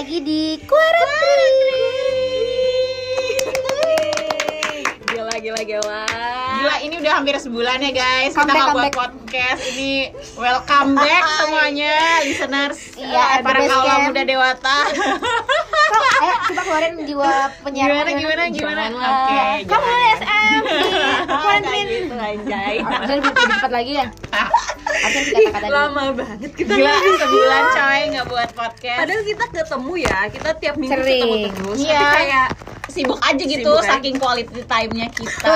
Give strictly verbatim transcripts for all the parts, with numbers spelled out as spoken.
lagi di Quarantri. Gila, gila, gila. Gila, ini udah hampir sebulan ya guys. Come Kita back, nggak come buat back. podcast. Ini welcome back semuanya, listeners. Iya, eh, at para the base kaula camp. muda dewata. Kok, ayo coba keluarin jiwa penyiar. Gimana, gimana, gimana? Jangan Oke, lah. Kamu jangan. S M di Quarantri. Gitu, anjay. Harusnya lebih lebih cepat lagi ya. Ah, Harusnya kata-kata dulu. Lama banget kita. Gila, sebulan coy nggak buat podcast. Padahal kita ketemu ya, kita tiap minggu Sering. ketemu terus. Iya. Tapi kayak Sibuk aja gitu, Sibuk aja. saking quality time-nya kita.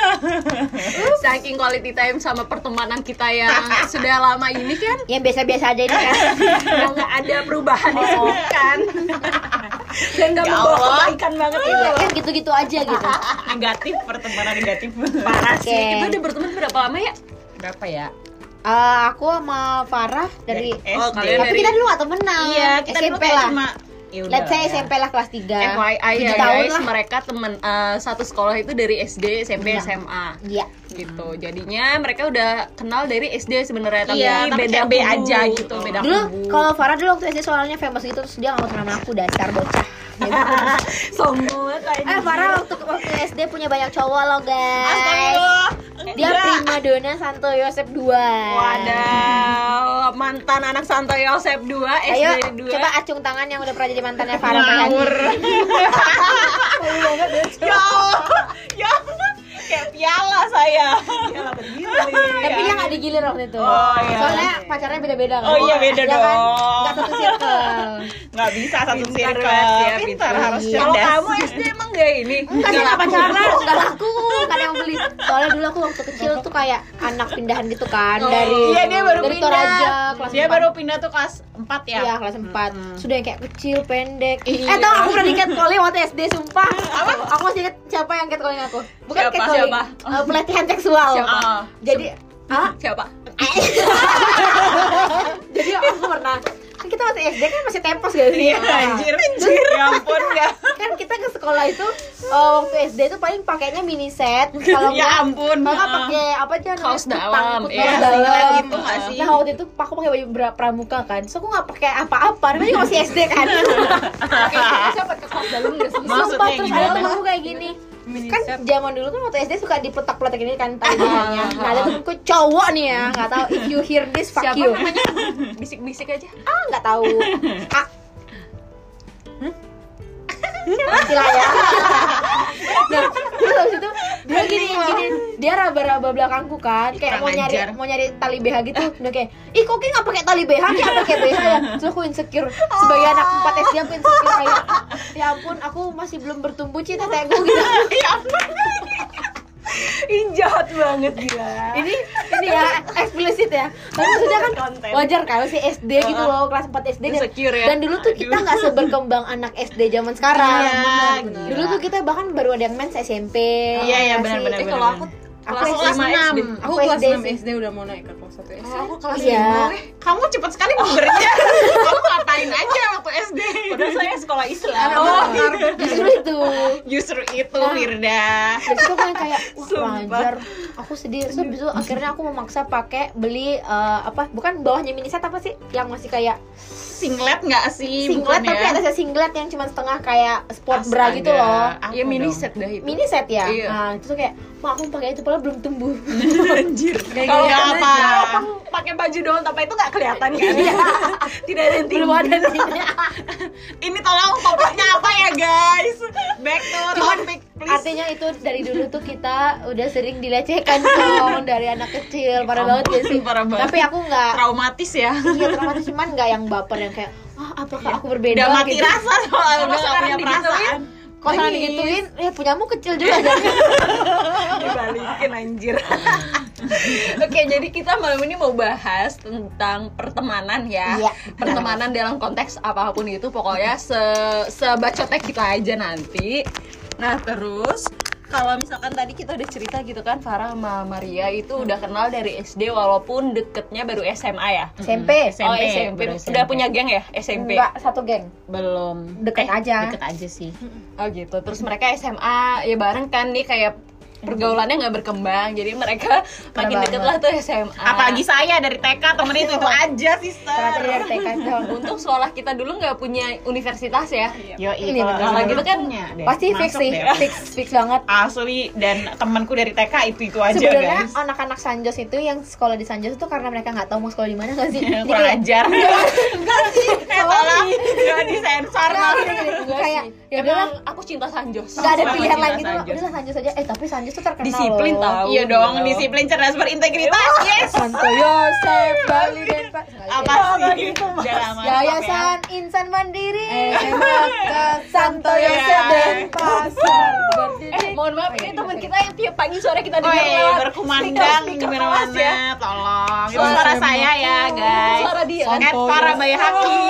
saking quality time sama pertemanan kita yang sudah lama ini kan, Yang biasa-biasa aja ini kan. yang nggak ada perubahan yang signifikan dan nggak Ya membawa Allah. kebaikan banget itu. Iya, yang gitu-gitu aja gitu. Negatif, pertemanan negatif. Parah sih. Oke. Kita udah berteman berapa lama ya? Berapa ya? Eh, aku sama Farah dari, Dari Oh, S D. kalian tapi dari- kita dulu gak temenan. Iya, kita S M dulu P kayak lah. cuma ya udah Let's say lah S M P lah kelas tiga. F Y I ya tujuh tahun guys, lah. mereka temen eh, satu sekolah itu dari S D, S M P, Iya. S M A Iya. gitu. Jadinya mereka udah kenal dari S D sebenarnya, tapi Iya, tapi beda kayak B kubu. aja gitu, Oh. beda Dulu kubu. kalau Farah dulu waktu S D soalnya famous gitu, terus dia gak mau sama aku, dasar bocah. Sombong banget anjir. Eh, Farah waktu waktu S D punya banyak cowok loh guys. Astagfirullah. Dia Enggak. prima donna Santo Yosep dua. Wadaw, mantan anak Santo Yosep dua, S D Ayo dua. coba acung tangan yang udah pernah jadi mantannya Farah Ngawur. Bayangin. Ya Allah. Ya Allah. Kayak piala saya. Tapi dia gak digilir waktu itu. Oh, iya. Soalnya pacarnya beda-beda kan. Oh, iya, beda Ya kan? dong. Gak satu circle. Nggak bisa satu Pintar circle. banget ya, Pintar, pintar. harus Iya. Kalau cerdas. kamu S D emang gak ini? Enggak sih, Nggak gak laku. pacaran, gak laku, gak ada yang beli. Soalnya dulu aku waktu kecil tuh kayak anak pindahan gitu kan. Oh, Dari Iya, dia baru dari pindah. Toraja kelas Dia empat. baru pindah tuh kelas empat ya. Iya, kelas empat. Sudah yang kayak kecil, pendek. Iya. Eh, tau aku pernah di catcalling waktu S D, sumpah. Aku masih inget siapa yang catcalling aku. Bukan Siapa? catcalling, Siapa? eh, pelatihan seksual. Siapa? Ah. Jadi, ah, Siapa? jadi aku pernah. Kan kita waktu S D kan masih tempos gak sih? Iya, anjir, anjir. Ya ampun, enggak. Kan kita ke sekolah itu eh, waktu S D itu paling pakainya mini set. Kalau Ya enggak, ampun. kalau nggak pakai apa aja namanya, Kaos kutang, dalam, kutang iya. dalam. Singlet gitu nggak sih? Nah waktu itu aku pakai baju pra- pramuka kan, so aku nggak pakai apa-apa, namanya juga masih S D kan. Oke, siapa pakai kaos dalam nggak sih? Maksudnya Sumpah, terus ada gimana? temanku kayak gini. Mini Kan set. zaman dulu kan waktu S D suka dipletak-pletak ini kan tali bahannya. Nah ada temanku cowok nih ya, nggak tahu if you hear this fuck Siapa you. namanya? Bisik-bisik aja. Ah nggak tahu. Ah. Nanti lah ya. Nah, terus habis itu dia gini, gini, dia raba-raba belakangku kan, kayak Kurang mau nyari ajar. mau nyari tali B H gitu. Udah kayak, ih kok kayak nggak pakai tali B H, kayak pakai B H ya. Terus aku insecure sebagai anak empat S D, aku insecure kayak, ya ampun, aku masih belum bertumbuh cita teteku gitu. Ya ampun. Ih, jahat banget gila. Ini ini ya eksplisit ya. Tapi maksudnya kan Konten. wajar kan masih S D gitu loh, kelas empat S D dan, Insecure ya. dan dulu tuh kita nggak seberkembang anak S D zaman sekarang. Iya, Bener. gila. Dulu tuh kita bahkan baru ada yang mens S M P. Iya, iya, Masih- benar-benar. Eh kalau aku Aku kelas kelas lima enam. S D. Aku Aku kelas S D enam sih. S D udah mau naik ke kelas satu S D. Oh, aku kelas Iya. lima. Kamu cepet sekali munggurnya. Kamu ngapain aja waktu S D? Padahal saya sekolah Islam. Oh, justru itu. Justru itu, Nah. Firda. Dari situ kan kayak wah Sumpah. wajar. Aku sedih. Terus habis itu akhirnya aku memaksa pakai beli eh, apa? Bukan bawahnya mini set apa sih? Yang masih kayak Singlet nggak sih? singlet Bukan tapi ya? atasnya singlet yang cuma setengah kayak sport bra Astaga, gitu loh. apa Iya mini dong? set dah itu. Mini set ya. Iya. Nah, itu tuh kayak, "Ma, aku pakai itu padahal belum tumbuh." Anjir. Kalau Ya kamu- apa? kalau kamu pakai baju doang tanpa itu nggak kelihatan kan? Tidak ada yang Belum ada nih. Ini tolong topiknya apa ya guys? Back to topic please. Artinya itu dari dulu tuh kita udah sering dilecehkan dong dari anak kecil, parah banget gak sih? Parah banget. Tapi aku nggak, Traumatis ya. iya traumatis, cuman nggak yang baper yang kayak, ah apakah aku berbeda Udah mati gitu. rasa soalnya Kalau udah nggak sekarang punya digituin, perasaan. Kalau sekarang Nangis. digituin, ya punyamu kecil juga jadi. dibalikin anjir. Oke, jadi kita malam ini mau bahas tentang pertemanan ya. Iya. Pertemanan dalam konteks apapun itu, pokoknya se sebacotnya kita aja nanti. Nah, terus kalau misalkan tadi kita udah cerita gitu kan, Farah sama Maria itu udah kenal dari S D walaupun deketnya baru S M A ya. S M P. Oh, S M P. baru S M P. Udah punya geng ya S M P? Enggak, satu geng. Belum. Deket aja. Deket aja sih. Oh gitu. Terus mereka S M A ya bareng kan nih, kayak pergaulannya nggak berkembang, jadi mereka makin banget. deket lah tuh S M A. Apalagi saya dari T K temen itu itu aja sister. Ternyata dia dari T K doang. Untung sekolah kita dulu nggak punya universitas ya. Yo Ini kalau bener. kalau gitu kan Pasti fix sih, fix fix banget. Asli, dan temanku dari T K itu itu aja Sebenarnya guys. anak-anak Sanjos itu yang sekolah di Sanjos itu karena mereka nggak tahu mau sekolah di mana nggak sih? Jadi Kurang kayak- ajar. Enggak sih. Eh tolong, enggak disensor Nggak, nanti. gini, gini. Enggak Kayak sih. ya udah lah, Emang aku cinta Sanjos. nggak ada Sama pilihan cinta lain gitu loh. Sanjos. Udah lah Sanjos aja. Eh tapi Sanjos tuh terkenal Disiplin loh. tahu. Iya dong, dong. disiplin, cerdas, berintegritas. Yes. Santo Yosef, Bali dan Pak. Apa sih? Udah lama. Yayasan Insan Mandiri, S M A Santo Iya. Yosef dan Pasar Eh, Berdiri. mohon maaf, ini teman kita yang tiap pagi sore kita dengar Woi, lewat berkumandang di speaker-speaker kelas ya. mana? Tolong. Itu Suara suara saya. saya ya, guys. Suara dia kan? At para Bayhaki.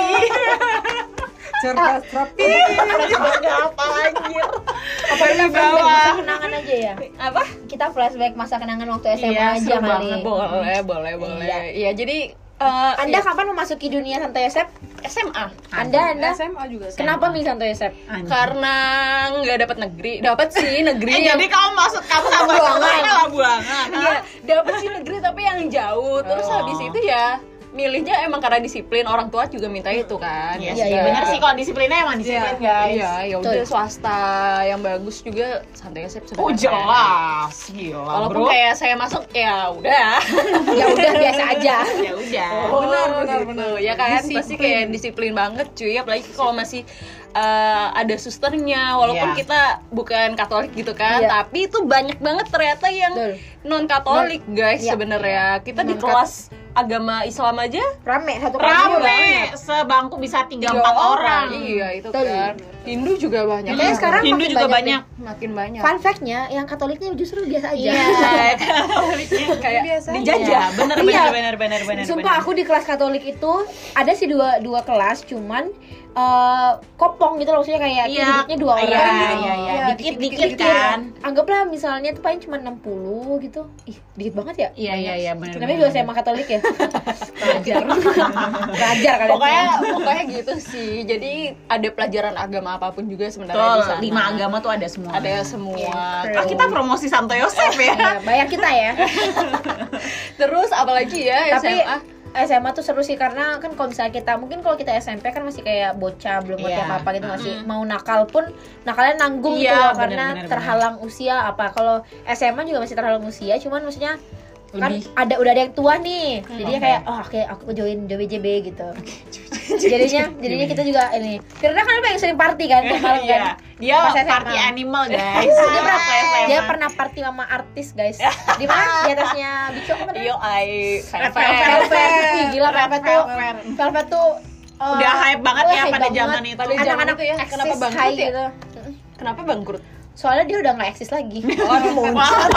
Cerdas rapi. Apa anjir? Apa kita flashback masa kenangan aja ya? Apa? Kita flashback masa kenangan waktu S M A Iya, aja seru kali. banget. Boleh, boleh, boleh. Iya. Iya, jadi eh, Anda iya, kapan memasuki dunia Santo Yosef? S M A. Anda, Anda S M A juga. kenapa milih Santo Yosef? Anjir. Karena nggak dapat negeri, dapat sih negeri Eh, yang jadi kamu maksud kamu sama Buangan. sama buangan? Iya, dapat sih negeri tapi yang jauh. Terus Oh. habis itu ya milihnya emang karena disiplin, orang tua juga minta itu kan. Iya, Iya, sih, iya. bener sih kalau disiplinnya emang disiplin guys. Iya, ya udah Betul. swasta yang bagus juga Santo Yosef Oh sebenarnya. jelas, gila Walaupun bro. kayak saya masuk ya udah. Ya udah biasa aja. Ya udah. Oh, benar, benar, gitu. benar. Ya kan pasti Disiplin. kayak disiplin banget cuy, apalagi kalau masih eh, ada susternya, walaupun Iya. kita bukan Katolik gitu kan, Iya. tapi itu banyak banget ternyata yang Betul. non Katolik guys Iya. sebenarnya. Kita di Non-kat- kelas agama Islam aja Rame satu kelas juga banyak. Rame, sebangku bisa tiga tiga empat orang. Iya itu Betul. kan. Hindu juga banyak. Kayaknya sekarang Hindu makin juga banyak banyak. makin banyak. Fun fact-nya, yang Katoliknya justru biasa aja. Iya, Kayak Biasa aja. dijajah. Bener Iya. bener bener bener bener. Sumpah bener. aku di kelas Katolik itu ada sih dua dua kelas, cuman eh, kopong gitu loh, maksudnya kayak Iya. duduknya dua Iya, orang. iya, iya. Iya, Dikit-dikit kan. Anggaplah misalnya tuh paling cuma enam puluh gitu. Ih, dikit banget ya. Iya iya iya bener. Namanya bener. juga S M A Katolik ya. Rajar. Rajar kalian. pokoknya pokoknya gitu sih. Jadi ada pelajaran agama apapun juga sebenarnya di Betul, sana. lima agama tuh ada semua. Ada semua. Ah, kita promosi Santo Yosef ya. Iya, bayar kita ya. Terus apalagi ya Tapi S M A? S M A tuh seru sih karena kan kalau misalnya kita mungkin kalau kita S M P kan masih kayak bocah belum ngerti Iya. apa apa gitu, masih mau nakal pun nakalnya nanggung gitu Iya, loh bener, karena bener, terhalang usia apa. Kalau S M A juga masih terhalang usia, cuman maksudnya kan Lebih. ada udah ada yang tua nih, jadinya oke. kayak oh oke aku join B J B gitu. jadinya jadinya kita juga ini karena kan yang sering party kan tiap malam Iya. kan. Dia Pas S M A. party animal guys. Dia pernah, Pas S M A. dia pernah party sama artis guys. Di mana? Di atasnya Bico apa namanya? Yo I Red Velvet. Ih, gila Velvet tuh. Velvet. Velvet tuh uh, Udah hype banget wah, ya hype pada banget. zaman itu. Pada zaman Anak-anak itu ya. eksis Kenapa bangkrut high ya? gitu. Kenapa bangkrut? Soalnya dia udah nggak eksis lagi. Oh, Wow.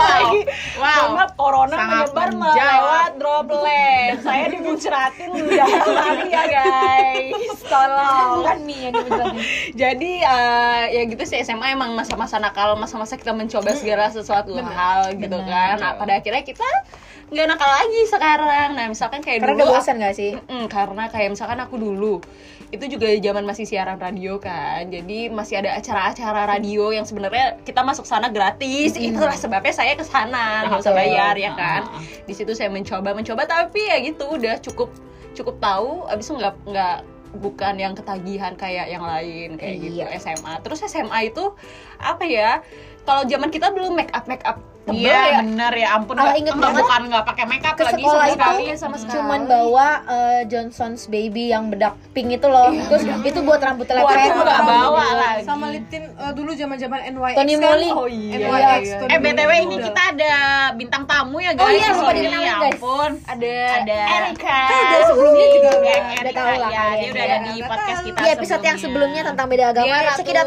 Wow. Karena corona Sangat menyebar menjawab. lewat droplet. Saya dimuncratin udah kali ya guys. Tolong. Bukan mie yang dibilang. Jadi eh, ya gitu sih, S M A emang masa-masa nakal, masa-masa kita mencoba segala sesuatu hal gitu Bener. kan. Nah, pada akhirnya kita nggak nakal lagi sekarang. Nah, misalkan kayak Karena dulu udah bosan nggak sih? Mm, karena kayak misalkan aku dulu itu juga zaman masih siaran radio kan, jadi masih ada acara-acara radio yang sebenarnya kita masuk sana gratis. Itulah sebabnya saya ke sana nggak usah Betul. bayar ya kan. Di situ saya mencoba mencoba tapi ya gitu udah cukup cukup tahu, abis itu nggak nggak bukan yang ketagihan kayak yang lain kayak gitu. Iya. S M A terus S M A itu apa ya, kalau zaman kita belum make up make up tebel Iya ya. bener ya ampun. Ah, nggak- inget nggak banget. bukan nggak pakai makeup Ke lagi sekolah sama itu sekali. sama sekali. cuman bawa uh, Johnson's Baby yang bedak pink itu loh. Terus itu buat rambut Buat lepek. aku nggak bawa lagi. Sama lip tint eh, dulu zaman-zaman N Y X Tony kan. Moly. Oh iya. N Y X, Iya. Tony Eh B T W Moly ini udah. kita ada bintang tamu ya guys. Oh iya, lupa Sorry, dikenalin, ya guys. ampun. Ada Ada Erika. Kan udah sebelumnya juga Iya, udah. Erika, Udah tahu lah ya, kalian. dia udah Iya. ada di podcast kita Di episode yang sebelumnya tentang beda agama Dia ya, ratu sekitar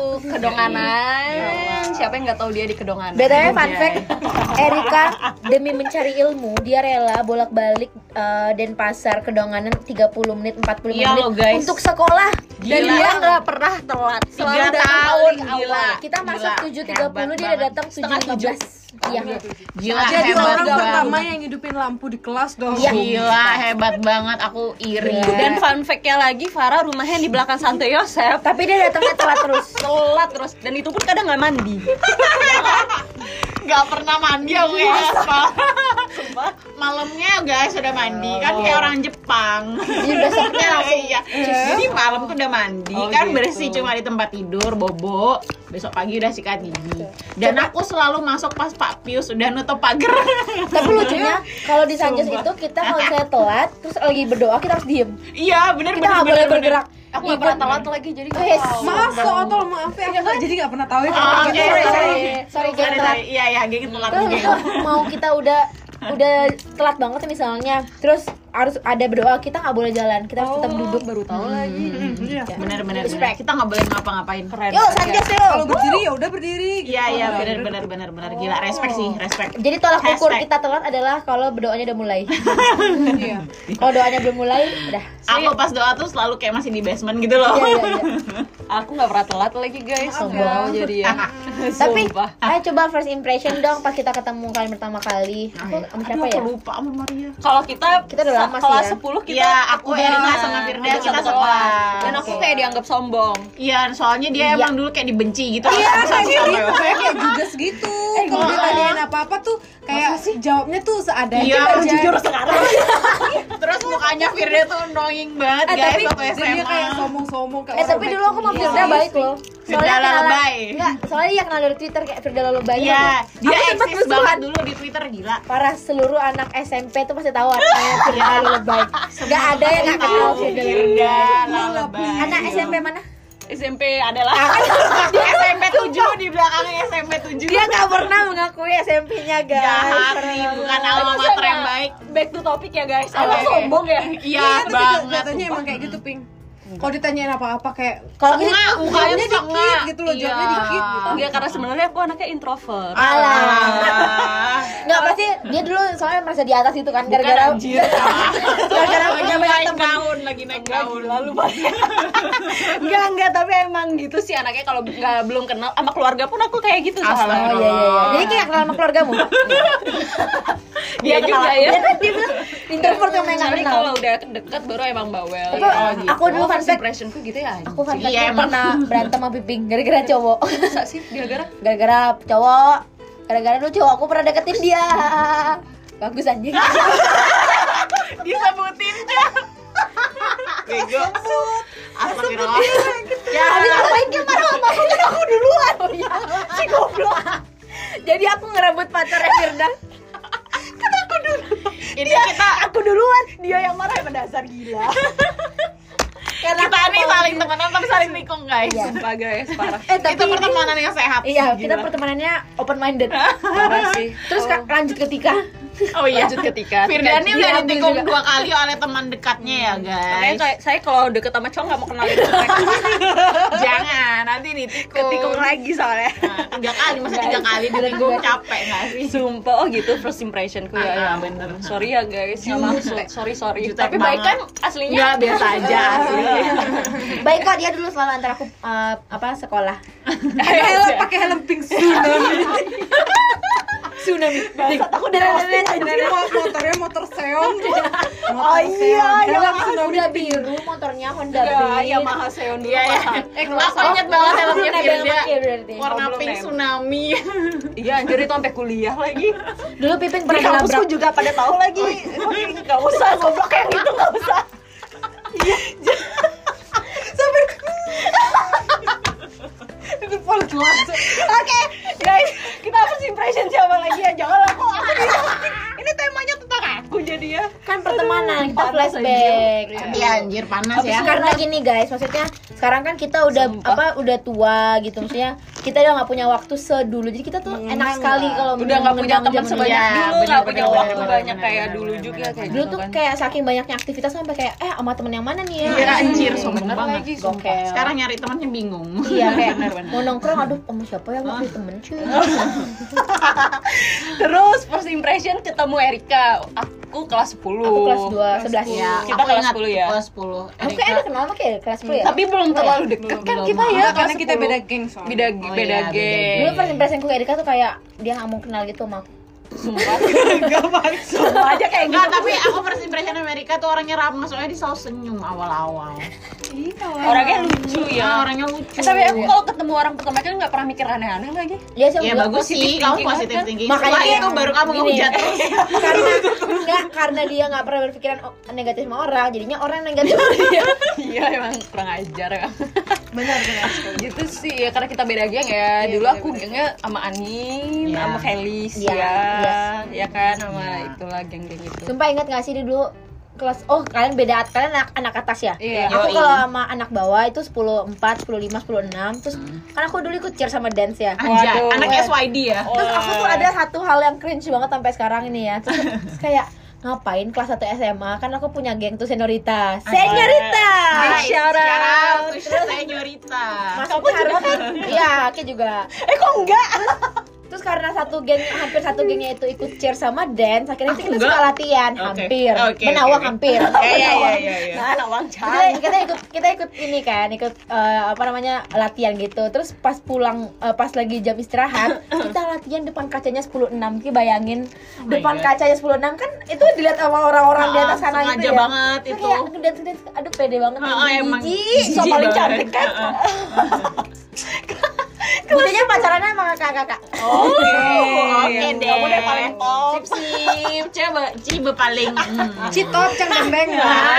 kedonganan. Siapa yang nggak tahu dia di kedonganan? B T W fun fact, Erika demi mencari ilmu dia rela bolak-balik uh, Denpasar Kedonganan tiga puluh menit empat puluh Iya menit loh, guys. untuk sekolah. Dan Gila. dia nggak pernah telat. Selalu Tiga datang tahun, paling gila. awal. Kita masuk Gila, tujuh tiga puluh, hebat dia udah banget. datang tujuh Setengah lima belas. Iya. Gila Jadi hebat orang pertama banget. yang hidupin lampu di kelas dong. Iya. Gila hebat banget, aku iri. Iya. Dan fun fact-nya lagi, Farah rumahnya di belakang Santo Yosef. Tapi dia datangnya telat terus. Telat terus, dan itu pun kadang nggak mandi. Nggak pernah mandi aku ya aspal. Malamnya guys udah mandi kan kayak orang Jepang. Jadi besoknya langsung Iya. Jadi malam tuh udah mandi Oh, kan gitu. bersih cuma di tempat tidur bobo. Besok pagi udah sikat gigi. Dan aku selalu masuk pas Pak Pius udah nutup pagar. Tapi lucunya kalau di Sanjos itu kita kalau misalnya telat terus lagi berdoa kita harus diem. Iya bener Kita bener nggak bener, boleh bener. bergerak. Aku nggak pernah telat lagi jadi nggak Wes. tahu. Maaf Otol, maaf ya, aku nggak- jadi nggak pernah tahu itu. Oh, Sorry, oke, sorry, sorry. sorry, sorry, geng Sorry, telat. sorry. Iya iya geng telat Terus geng. mau kita udah udah telat banget nih misalnya, terus harus ada berdoa, kita nggak boleh jalan, kita harus tetap duduk. baru tahu lagi. Iya. Bener bener bener. Respect. Kita nggak boleh ngapa-ngapain. Keren. Yuk banget, Sanjos ya. yuk. Kalau berdiri ya udah berdiri. Iya iya Gitu. bener bener bener bener gila respect sih respect. Jadi tolak ukur Hashtag. kita telat adalah kalau berdoanya udah mulai. Iya. Kalau doanya belum mulai, udah. Aku pas doa tuh selalu kayak masih di basement gitu loh. Iya, iya, iya. Aku nggak pernah telat lagi guys. Maaf Sombong ya. jadi ya. Tapi, Sumpah. ayo coba first impression dong pas kita ketemu kalian pertama kali. Aku sama siapa Aduh, ya? aku lupa sama Maria. Kalau kita Kita udah lama sih kelas ya. sepuluh kita Iya, aku udah Erika sama Firda udah kita satu sekelas. kelas. Dan aku Oke. kayak dianggap sombong. Iya, soalnya dia Iya. emang dulu kayak dibenci gitu. Iya, Sama kayak sama- gitu, saya kayak judes gitu. Kalau gimana? ditanyain apa-apa tuh kayak jawabnya tuh seadanya Iya, aja. jujur sekarang. Terus mukanya Firda tuh annoying banget Eh, guys tapi waktu S dia M A. kayak sombong-sombong kayak Eh orang tapi baik. dulu aku sama Iya. Firda baik loh. Firda kenalan- lebay. Enggak, soalnya dia kenal dari Twitter kayak Firda lebay. Iya, dia Aku sempet eksis musuhan. banget dulu di Twitter gila. Parah, seluruh anak S M P tuh pasti tahu artinya Firda lebay. Enggak ada yang enggak kenal Firda lebay. Firda lebay. Anak S M P mana? S M P adalah S M P tujuh di belakangnya S M P tujuh. Dia nggak pernah mengakui S M P-nya guys. jahat nih, bukan alma mater yang baik. back to topic ya guys. Oke, Emang oke. sombong ya? Iya Iya, tapi banget. katanya emang kayak gitu, Ping. Kalau ditanyain apa-apa kayak Kalau gini, Enggak, mukanya jawabnya tuh dikit enggak. gitu loh, jawabnya Iya. dikit gitu. Enggak, karena sebenarnya aku anaknya introvert. alah. Ah. Enggak pasti dia dulu soalnya merasa di atas itu kan gara-gara anjir. gara-gara Lagi punya banyak naik teman. daun, lagi naik daun. Lalu enggak enggak tapi emang gitu sih anaknya kalau nggak belum kenal sama keluarga pun aku kayak gitu Oh soalnya. iya iya iya. Jadi kayak kenal sama keluargamu. Dia juga ya. Dia kan dia bilang introvert yang main nggak Kecuali kenal. kalau udah deket baru emang bawel. Tapi Oh, gitu. aku dulu Oh, fun first fact. impressionku gitu ya. Aku fun fact Iya, emang. pernah berantem sama Piping gara-gara cowok. Masa sih gara-gara Gara-gara cowok. Gara-gara dulu cowok aku pernah deketin dia. Bagus anjing. Disebutin kan. Bego. Astagfirullah. Ya, tapi ngapain dia marah sama aku kan aku duluan. Oh iya. Si goblok. Jadi aku ngerebut pacarnya Firda. Kan aku dulu. Ini kita Aku duluan, dia yang marah pada dasar gila. Karena kita aku nih mau- saling temenan tapi saling nikung guys. Iya. sumpah guys parah. Eh tapi Itu pertemanan yang sehat. Iya, Gila. kita pertemanannya open minded. Parah sih. Terus Oh. Kak, lanjut ketika Oh, Oh iya. lanjut ketika Firda ini Dia udah ambil ditikung juga. dua kali oleh teman dekatnya ya Makanya guys. kayak saya kalau deket sama cowok nggak mau kenalin mereka. Jangan, nanti ditikung. Ketikung lagi soalnya. Nah, tiga kali, masa tiga kali ditikung capek nggak sih? Sumpah, oh gitu first impressionku ya, Ah, ya ah, bener. bener. Sorry ya guys, nggak maksud. Sorry sorry. Jutek Tapi baik kan banget. aslinya? Enggak biasa aja sih. baik kok dia dulu selalu antar aku eh, apa sekolah. Pakai helm, pakai helm pink tsunami. Tsunami. Bangsat aku udah Jadi mo- motornya motor seong. Oh iya, Helm yang tsunami. udah biru motornya Honda Enggak, Beat. ya Yamaha Seon dulu Iya ya. pas. Eh, aku inget banget Oh, helmnya belum ada yang Firda. pakai berarti. Warna Oh, belum pink nemu. tsunami. Iya anjir itu sampai kuliah lagi. Dulu Piping Di pernah kampusku nabrak. juga pada tahu lagi. Enggak usah goblok kayak gitu, enggak usah. Itu pol kelas. Oke, guys, kita first impression siapa lagi ya? Jangan aku aku di ini temanya tentang aku jadi ya. Kan pertemanan, kita Panas flashback. aja. Iya anjir panas ya. Karena gini guys, maksudnya sekarang kan kita udah Sumpah. apa udah tua gitu, maksudnya kita udah nggak punya waktu sedulu, jadi kita tuh enak sekali kalau Udah nggak punya mengenang teman zaman sebanyak Iya, dulu, bener, nggak bener, punya bener, waktu bener, banyak bener, kayak bener, dulu bener, juga bener, kayak dulu gitu tuh kan. kayak saking banyaknya aktivitas sampai kayak eh sama temen yang mana nih ya. Iya anjir sombong Bener banget. lagi, sumpah. Gokil. Sekarang nyari temannya bingung. Iya kayak Bener, bener. mau nongkrong aduh sama siapa yang mau temen cuy. Terus first impression ketemu Erika. Aku kelas sepuluh. Aku kelas dua, sebelas. Iya, Kita aku kelas ingat sepuluh ya? Kelas sepuluh. Aku kayak ada kenal sama kayak kelas sepuluh ya. Tapi belum terlalu deket kan belum. kita ya. Enggak, karena kelas kita sepuluh. beda geng soalnya. Beda Oh, beda iya, beda geng. Dulu first impressionku ke Erika tuh kayak dia nggak mau kenal gitu sama aku. Sumpah. Sumpah aja kayak gitu. Enggak, tapi aku first impression Amerika tuh orangnya ramah, soalnya dia selalu senyum awal-awal. Orangnya lucu Ya, ya. orangnya lucu. Eh, tapi aku kalau ketemu orang pertama kali nggak pernah mikir aneh-aneh lagi. Iya sih, Ya enggak. bagus positive sih, kamu thinking positif banget. thinking. Makanya Setelah dia- itu baru kamu gini. ngehujat terus. karena enggak karena dia nggak pernah berpikiran oh, negatif sama orang, jadinya orang yang negatif sama dia. Iya emang kurang ajar ya. Benar benar. Gitu sih ya, karena kita beda geng ya. Dulu aku gengnya sama Anin, Iya. sama Felis Iya, ya. iya. Ya kan sama Iya. itulah geng-geng itu. Sumpah ingat gak sih di dulu kelas, oh kalian beda, kalian anak, anak atas ya? Iya. Aku Yoi. kalau sama anak bawah itu sepuluh empat, sepuluh lima, sepuluh enam. Terus kan aku dulu ikut cheer sama dance ya. Anjay, Waduh. anak S Y D ya. Terus aku tuh ada satu hal yang cringe banget sampai sekarang ini ya. Terus, terus kayak ngapain kelas satu S M A, kan aku punya geng tuh senioritas. Senioritas. Hai, shout out. to Senyorita. Masuknya harus iya, Aki juga. Eh kok enggak? Terus karena satu geng, hampir satu gengnya itu ikut cheer sama dance, akhirnya Aku kita enggak. suka latihan, Oke. hampir, Oke, menawang oke. hampir. Iya iya iya iya. Nah, nawang kita, can. kita ikut kita ikut ini kan, ikut eh, apa namanya latihan gitu. Terus pas pulang, eh, pas lagi jam istirahat, kita latihan depan kacanya sepuluh enam. Ki bayangin Oh my depan God. kacanya sepuluh enam kan itu dilihat sama orang-orang di atas sana sengaja gitu ya. banget Terus itu. kayak dance dance, aduh pede banget. Ah, ah, emang Jijik. So jijik paling banget. cantik kan? Ah, ah. Buktinya pacarannya sama kakak-kakak. Oke, oke Iya, deh. kamu deh paling top. Sip sip, coba cibe paling. Hmm. Citop cang beng.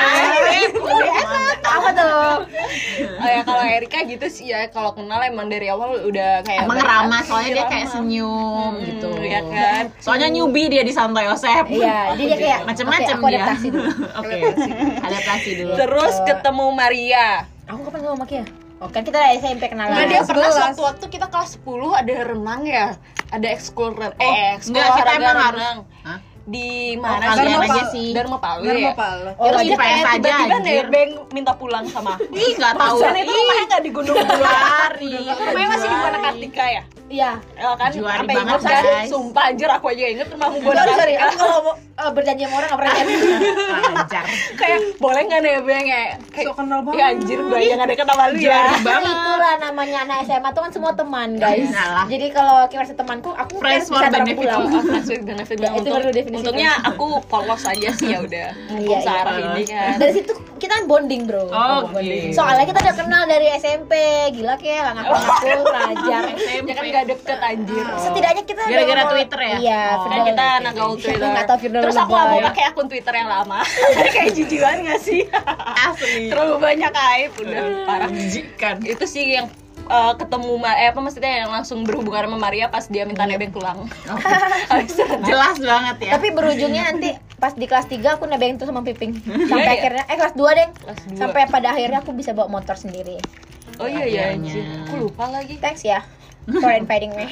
Apa tuh? Oh ya kalau Erika gitu sih ya, kalau kenal emang dari awal udah kayak Emang baik ramah, hati, soalnya dia ramah. kayak senyum Hmm, gitu. ya kan? Soalnya newbie dia di Santo Yosef. Iya, dia kayak macam-macam oke, aku dia. adaptasi dulu. Oke, adaptasi dulu. Terus Gitu. ketemu Maria. Aku kapan sama Maki ya? Oh kan kita dari S M P kenalan. Nah, dia pernah sebelas. waktu-waktu kita kelas sepuluh ada renang ya. Ada ekskul renang. Eh, ekskul Enggak, kita olahraga emang harus. renang. Hah? Di Oh, mana kalian sih? aja sih. Dharma Palu Dharma ya. Palu. Oh, Terus lanjut. I P S Kayak aja tiba-tiba anjir. nebeng minta pulang sama aku. Ih, enggak tahu. Perasaan itu rumahnya nggak di Gunung Bulari. Rumahnya masih di mana Juari. Kartika ya? Iya. Ya kan? Juari Sampai banget, ingat kan? guys. Sumpah anjir aku aja inget rumahmu buat Sorry sorry, Kartika. aku kalau mau eh, berjanji sama orang nggak pernah janji. Lancar. Kayak boleh nggak nebeng ya? Kayak So kenal banget. ya anjir gue yang ada kata malu ya. Juari Nah, banget. itulah namanya anak S M A tuh kan semua teman guys. Nah lah. Jadi kalau kita temanku, aku Friends kan for bisa terang benefit. pulang. Oh, friends with benefit. Ya, itu Untung- baru definisi Untungnya aku polos aja sih ya udah. Mumpung Iya, iya. searah ini kan. Dari situ kita kan bonding bro. Oh, Bonding. oke. Soalnya kita udah kenal dari S M P, gila kayak nggak ngaku-ngaku pelajar. Ya kan nggak deket anjir. Setidaknya kita udah Gara-gara ngomong- Twitter ya? Iya, Oh. sudah. Dan kita anak gaul Siapa Twitter. nggak tahu Firdaus Terus aku nggak mau lebay. pakai akun Twitter yang lama. Jadi kayak jijikan nggak sih? Asli. Terlalu banyak aib udah parah. Menjijikan. Itu sih yang uh, ketemu Ma- eh apa maksudnya yang langsung berhubungan sama Maria pas dia minta nebeng tulang. Habis itu Jelas banget ya. Tapi berujungnya nanti pas di kelas tiga aku nebeng tuh sama Piping. Sampai Iya, iya. akhirnya eh kelas dua deh. Kelas dua. Sampai pada akhirnya aku bisa bawa motor sendiri. Oh iya iya Akhirnya. anjir. Aku lupa lagi. Thanks ya for inviting me.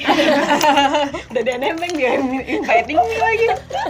Udah dia nebeng dia yang inviting me lagi.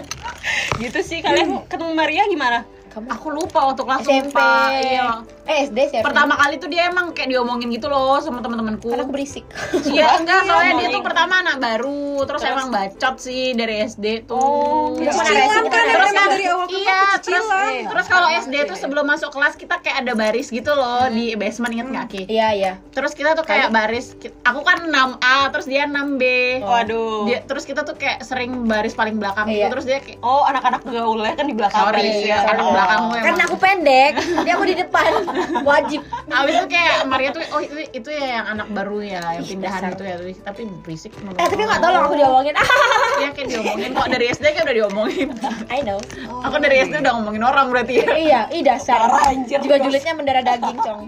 Gitu sih kalian ketemu Maria gimana? Kamu Aku lupa waktu kelas S M P. lupa. Iya. Eh S D sih. Pertama kali tuh dia emang kayak diomongin gitu loh sama teman-temanku. karena aku berisik. Iya enggak, soalnya dia ngomongin. tuh pertama anak baru, terus, Terus? emang bacot sih dari S D tuh. Oh, Itu Cicilan mana racing, kan kita terus emang kan dari awal kan iya, terus, cicilan. terus kalau S D tuh sebelum masuk kelas kita kayak ada baris gitu loh di basement, inget nggak Ki? Iya iya. Terus kita tuh kayak baris, ki- aku kan enam A, terus dia enam B. Waduh. Dia, terus kita tuh kayak sering baris paling belakang Iya. gitu, terus dia kayak Oh, anak-anak gaulnya kan di belakang sorry baris ya, ya. anak Oh. belakang gue Karena emang. aku pendek, dia aku di depan. Wajib. Abis itu kayak Maria tuh, oh itu itu ya yang anak baru ya, yang Ih, pindahan dasar. gitu ya, terus- tapi berisik. Eh tapi nggak tahu loh aku diomongin. Iya kayak diomongin kok dari S D kayak udah diomongin. I know. Aku dari S D udah ngomongin orang berarti ya. Iya, ih dasar. Parah, anjir. Juga julidnya mendarah daging, Cong.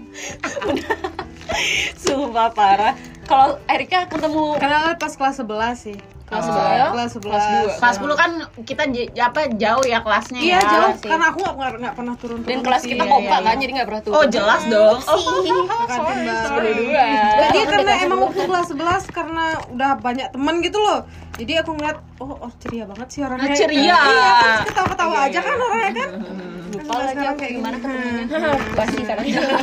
Sumpah parah. Kalau Erika ketemu Kenal pas kelas sebelas sih. kelas Oh. sebelas, Kelas sebelas. kelas dua. Kelas sepuluh kan kita j- apa jauh ya kelasnya Iya ya. jauh, sih. karena aku nggak nggak pernah turun. Dan kelas kita Iya, kompak iya, kan, iya. jadi nggak pernah turun. Oh jelas dong. Oh, kantin bareng. Berdua. Jadi Aku karena di kelas emang sebelas waktu kelas sebelas karena udah banyak teman gitu loh. Jadi aku ngeliat, oh, oh ceria banget sih orangnya. Nah, ceria. Iya, terus ketawa-ketawa Iya, aja iya, kan iya. orangnya kan. lupa Nah, lagi sekarang aku kayak gimana gini. ketemunya. Pasti sekarang.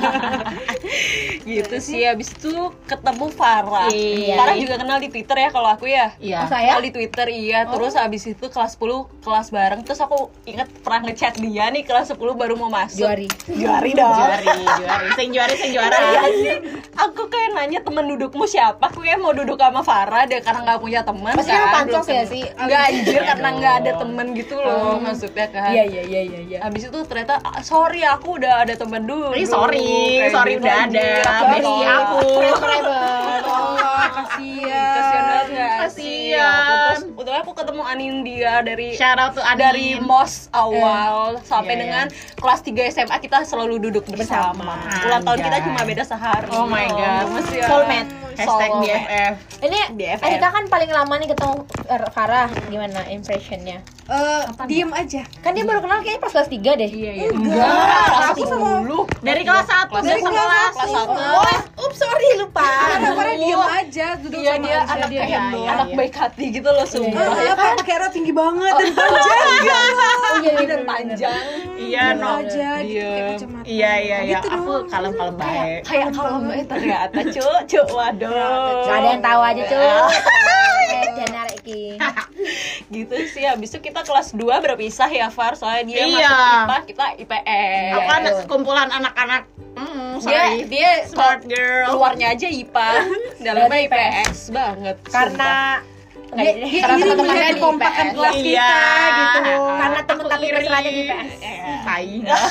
Gitu sih. Habis itu ketemu Farah. Iya. Farah juga kenal di Twitter ya kalau aku ya. Iya. Oh, saya? Kenal di Twitter iya. Terus habis itu kelas sepuluh kelas bareng. Terus aku inget pernah ngechat dia nih kelas sepuluh baru mau masuk. Juari. Juari dong. Juari, juari, sing juari, sing juara. Iya sih. Aku kayak nanya temen dudukmu siapa? Aku kayak mau duduk sama Farah deh karena nggak punya teman Pasti kan. kan pancong Belum ya kenal. sih? Enggak anjir karena Aduh. nggak ada temen gitu loh maksudnya kan. Iya iya iya iya iya. Habis itu ternyata ah, sorry aku udah ada temen dulu. Ih, sorry, Kayak sorry gitu udah anjir. ada. Aku Bestie tolak. aku. Subscriber. Oh, kasihan. Kasian banget gak sih? Kasian. Ya ampun. Terus untungnya aku ketemu Anindya dari Shout out to Anin. dari mos awal sampai Iya, dengan kelas tiga S M A kita selalu duduk bersama. Bersama. Ulang tahun kita Anjay. cuma beda sehari. Oh my God. Gemes ya. Soulmate. Hashtag Soulmate. B F F. Ini B F F. Erika kan paling lama nih ketemu Er- Farah. Gimana impressionnya? Eh, diem aja. Kan dia baru kenal kayaknya pas kelas tiga deh. Iya, iya. Enggak, Aku sama Dari kelas satu, Kelas dari satu. kelas Kelas satu. Oh, ups sorry lupa. Karena diem aja, duduk Iya sama dia aja. anak dia kayak diem doang. anak baik hati gitu loh sumpah. Eh, Ya apa kan? pakai rok tinggi banget dan panjang. Oh iya iya Dan panjang. Iya, Diem no. aja, gitu, Iya. pakai kacamata. Iya, iya, iya. Gitu Aku dong. kalem-kalem baik. Kayak kalau mbak ternyata cuk cuk waduh. Gak ada yang tahu aja cuy. Eh dia narik ki. Gitu sih. Habis itu kita kelas dua berpisah ya Far soalnya dia Iya. masuk I P A kita I P S. Aku kan betul. kumpulan anak-anak. Mm, Dia sorry. dia Smart girl. keluarnya aja I P A, dalamnya I P S banget. Karena Dia, Nggak, dia karena iri teman-temannya melihat di kekompakan I P S. kelas kita Iya. gitu. Karena temen Aku tapi iri. mesranya di I P S. Tai.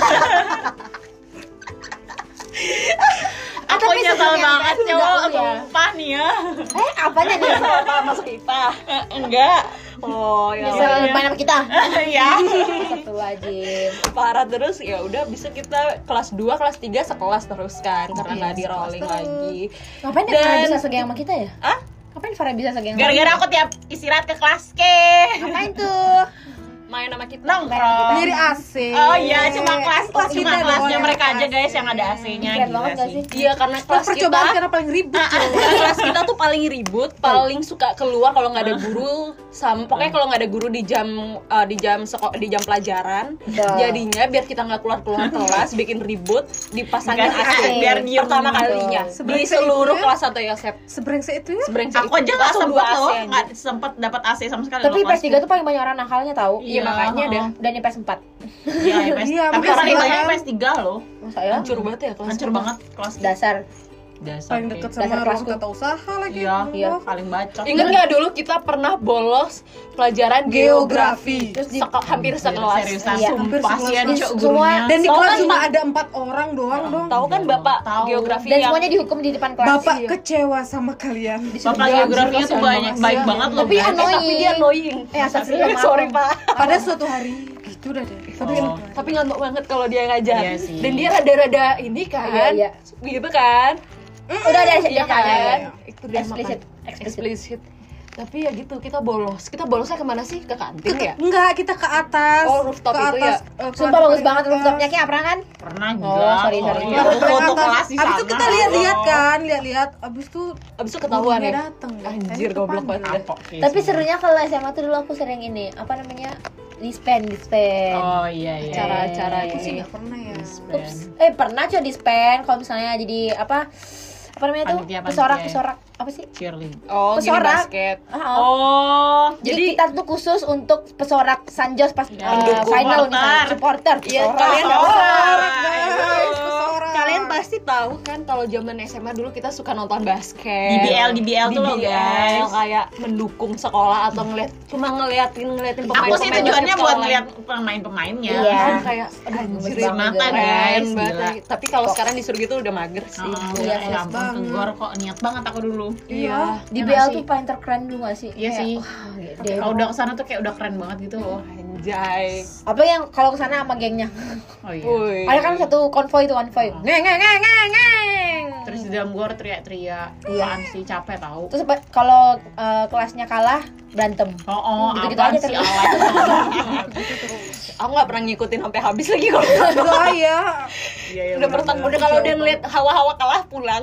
Ah, Aku tapi nyesel sebenarnya banget enggak cowok, tahu ya. sumpah nih ya. Eh apanya nih? Apa masuk I P A? Enggak. Oh ya. Bisa main sama kita. Ya. Astagfirullahaladzim. Parah terus ya udah bisa kita kelas dua kelas tiga sekelas terus kan karena nggak di rolling lagi. Ngapain ya Dan- Farah bisa segeng sama kita ya? Ah? Ngapain Farah bisa segeng sama Gara-gara aku tiap istirahat ke kelas ke. Ngapain tuh? Main sama kita. Nongkrong. Nyari A C. Oh iya, cuma kelas Kelas cuma kita kelasnya doang mereka yang aja A C. guys yang ada A C-nya Keren gila banget gak sih. sih? Iya karena Kelas kelas percobaan kita karena paling ribut. cuy. kelas kita tuh paling ribut, paling suka keluar kalau nggak ada guru, sama pokoknya kalau nggak ada guru di jam uh, di jam seko- di jam pelajaran. Betul. Jadinya biar kita nggak keluar keluar kelas, bikin ribut, dipasangin Dikasih A C A C. biar diem pertama Betul. kalinya di Sebrengsek seluruh itu ya? kelas satu ya Sep. Sebrengsek itu ya. Sebrengsek Aku aja itu. nggak Langsung sempet dua A C loh, aja. nggak sempet dapat A C sama sekali. Tapi loh I P S tiga tuh paling banyak orang nakalnya tahu. Iya makanya oh. deh. Dan I P S empat. Iya, I P S. Iya, Tapi makanya orang sekarang- banyak I P S tiga loh. Masa ya? Hancur banget ya kelas. Hancur banget kelas Dasar. dasar. Paling deket Oke. sama Dasar ruang kelasku. tata usaha lagi. Iya, Iya. paling bacot. Ingat nggak dulu kita pernah bolos pelajaran geografi, Geografi. Terus di- Seke- hampir sekelas. Seriusan, Iya, hampir sumpah sekelas. sih Di cok semua- gurunya. Dan di Tahu kelas kan cuma ini- ada empat orang doang dong. Tahu kan bapak Tahu. geografi Dan yang semuanya dihukum di depan kelas. Bapak Iya. kecewa sama kalian. Bapak geografinya tuh banyak baik banget loh. Tapi guys. annoying. tapi dia annoying. Eh asal serius Sorry pak. Pada suatu hari gitu udah deh. Tapi Oh. Tapi ngantuk banget kalau dia ngajar. Iya sih. Dan dia rada-rada ini kan, Iya, iya. gitu kan. Udah ada Iya dia kan. kan. Itu dia Explicit, makan. explicit. Explicit. Tapi ya gitu, kita bolos. Kita bolosnya kemana sih? Ke kantin ke, ya? enggak, kita ke atas. Oh, rooftop ke itu atas, ya? eh, ke Sumpah atas, bagus ke banget atas. rooftopnya kayak pernah kan? Pernah Oh, gila. sorry, sorry. Aku Ke foto atas. kelas di sana. Abis itu kita lihat-lihat kan, lihat-lihat. Abis itu Abis itu ketahuan gurunya ya? datang. Anjir, Eh, goblok depan. banget. Kapok sih Tapi semua. serunya kalau S M A tuh dulu aku sering ini, apa namanya? Dispen, dispen. Oh iya iya. Acara-acara Aku ini. sih nggak pernah ya. Ups. Eh pernah cuy dispen kalau misalnya jadi apa? Apa namanya tuh? Panitia, Pesorak, panitia. pesorak. Apa sih? Cheerleading. Oh, gini Pesorak. basket. Ah, oh. Oh, Jadi, kita tuh khusus untuk pesorak Sanjos pas Ya, uh, mendukung final supporter. misalnya supporter. Iya, pesorak. kalian Pesorak, guys, pesorak. Kalian pasti tahu kan kalau zaman S M A dulu kita suka nonton basket. D B L, D B L tuh loh, D B L, guys. kayak mendukung sekolah atau ngeliat cuma ngeliatin ngeliatin pemain. aku sih tujuannya buat ngeliat pemain-pemainnya. Iya. kayak aduh, Gemes anjir, banget. mata keren guys, banget. gila. Tapi kalau sekarang disuruh gitu udah mager sih. Oh, Iya, ya ampun, banget. tenggor kok niat banget aku dulu. Iya. Di Ya B L nggak tuh sih? paling terkeren dulu gak sih? Iya Kayak, sih. wah, gitu Kayak deh. kalau udah kesana tuh kayak udah keren banget gitu loh. Anjay. Apa yang kalau kesana sama gengnya? Oh iya. Woi. Ada kan satu konvoy itu konvoy. Ngeng ngeng ngeng ngeng ngeng. Terus di dalam gor teriak-teriak. Iya. Apaan sih capek tahu. Terus ba- kalau uh, kelasnya kalah berantem. Oh, oh, Gitu-gitu apaan aja sih terus. alat. Aku nggak pernah ngikutin sampai habis lagi kalau Enggak ya. Iya, iya, udah pertama udah kalau udah ngeliat hawa-hawa kalah pulang.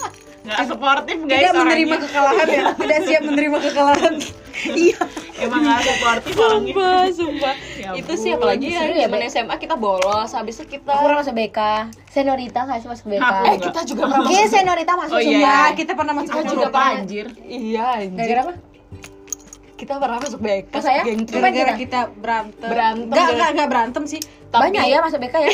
Nggak sportif guys Tidak menerima orangnya. kekalahan ya. Tidak siap menerima kekalahan. Iya. Emang nggak suportif orangnya. Sumpah, sumpah. Ya Itu ampun. sih apalagi ya Seru ya, zaman Be? S M A kita bolos, habis itu kita Aku pernah masuk B K. Senorita nggak sih masuk B K? Aku eh enggak. kita juga pernah Oke, Senorita masuk Oh, iya. semua. Ya, kita pernah masuk Kita ke juga grup. pernah. Anjir. Iya, anjir. Gara-gara apa? Kita pernah masuk B K. Oh, saya? geng Gimana Gara-gara kita? kita berantem. Berantem, Enggak, gara- enggak, enggak berantem sih. Tapi- Banyak ya masuk B K ya?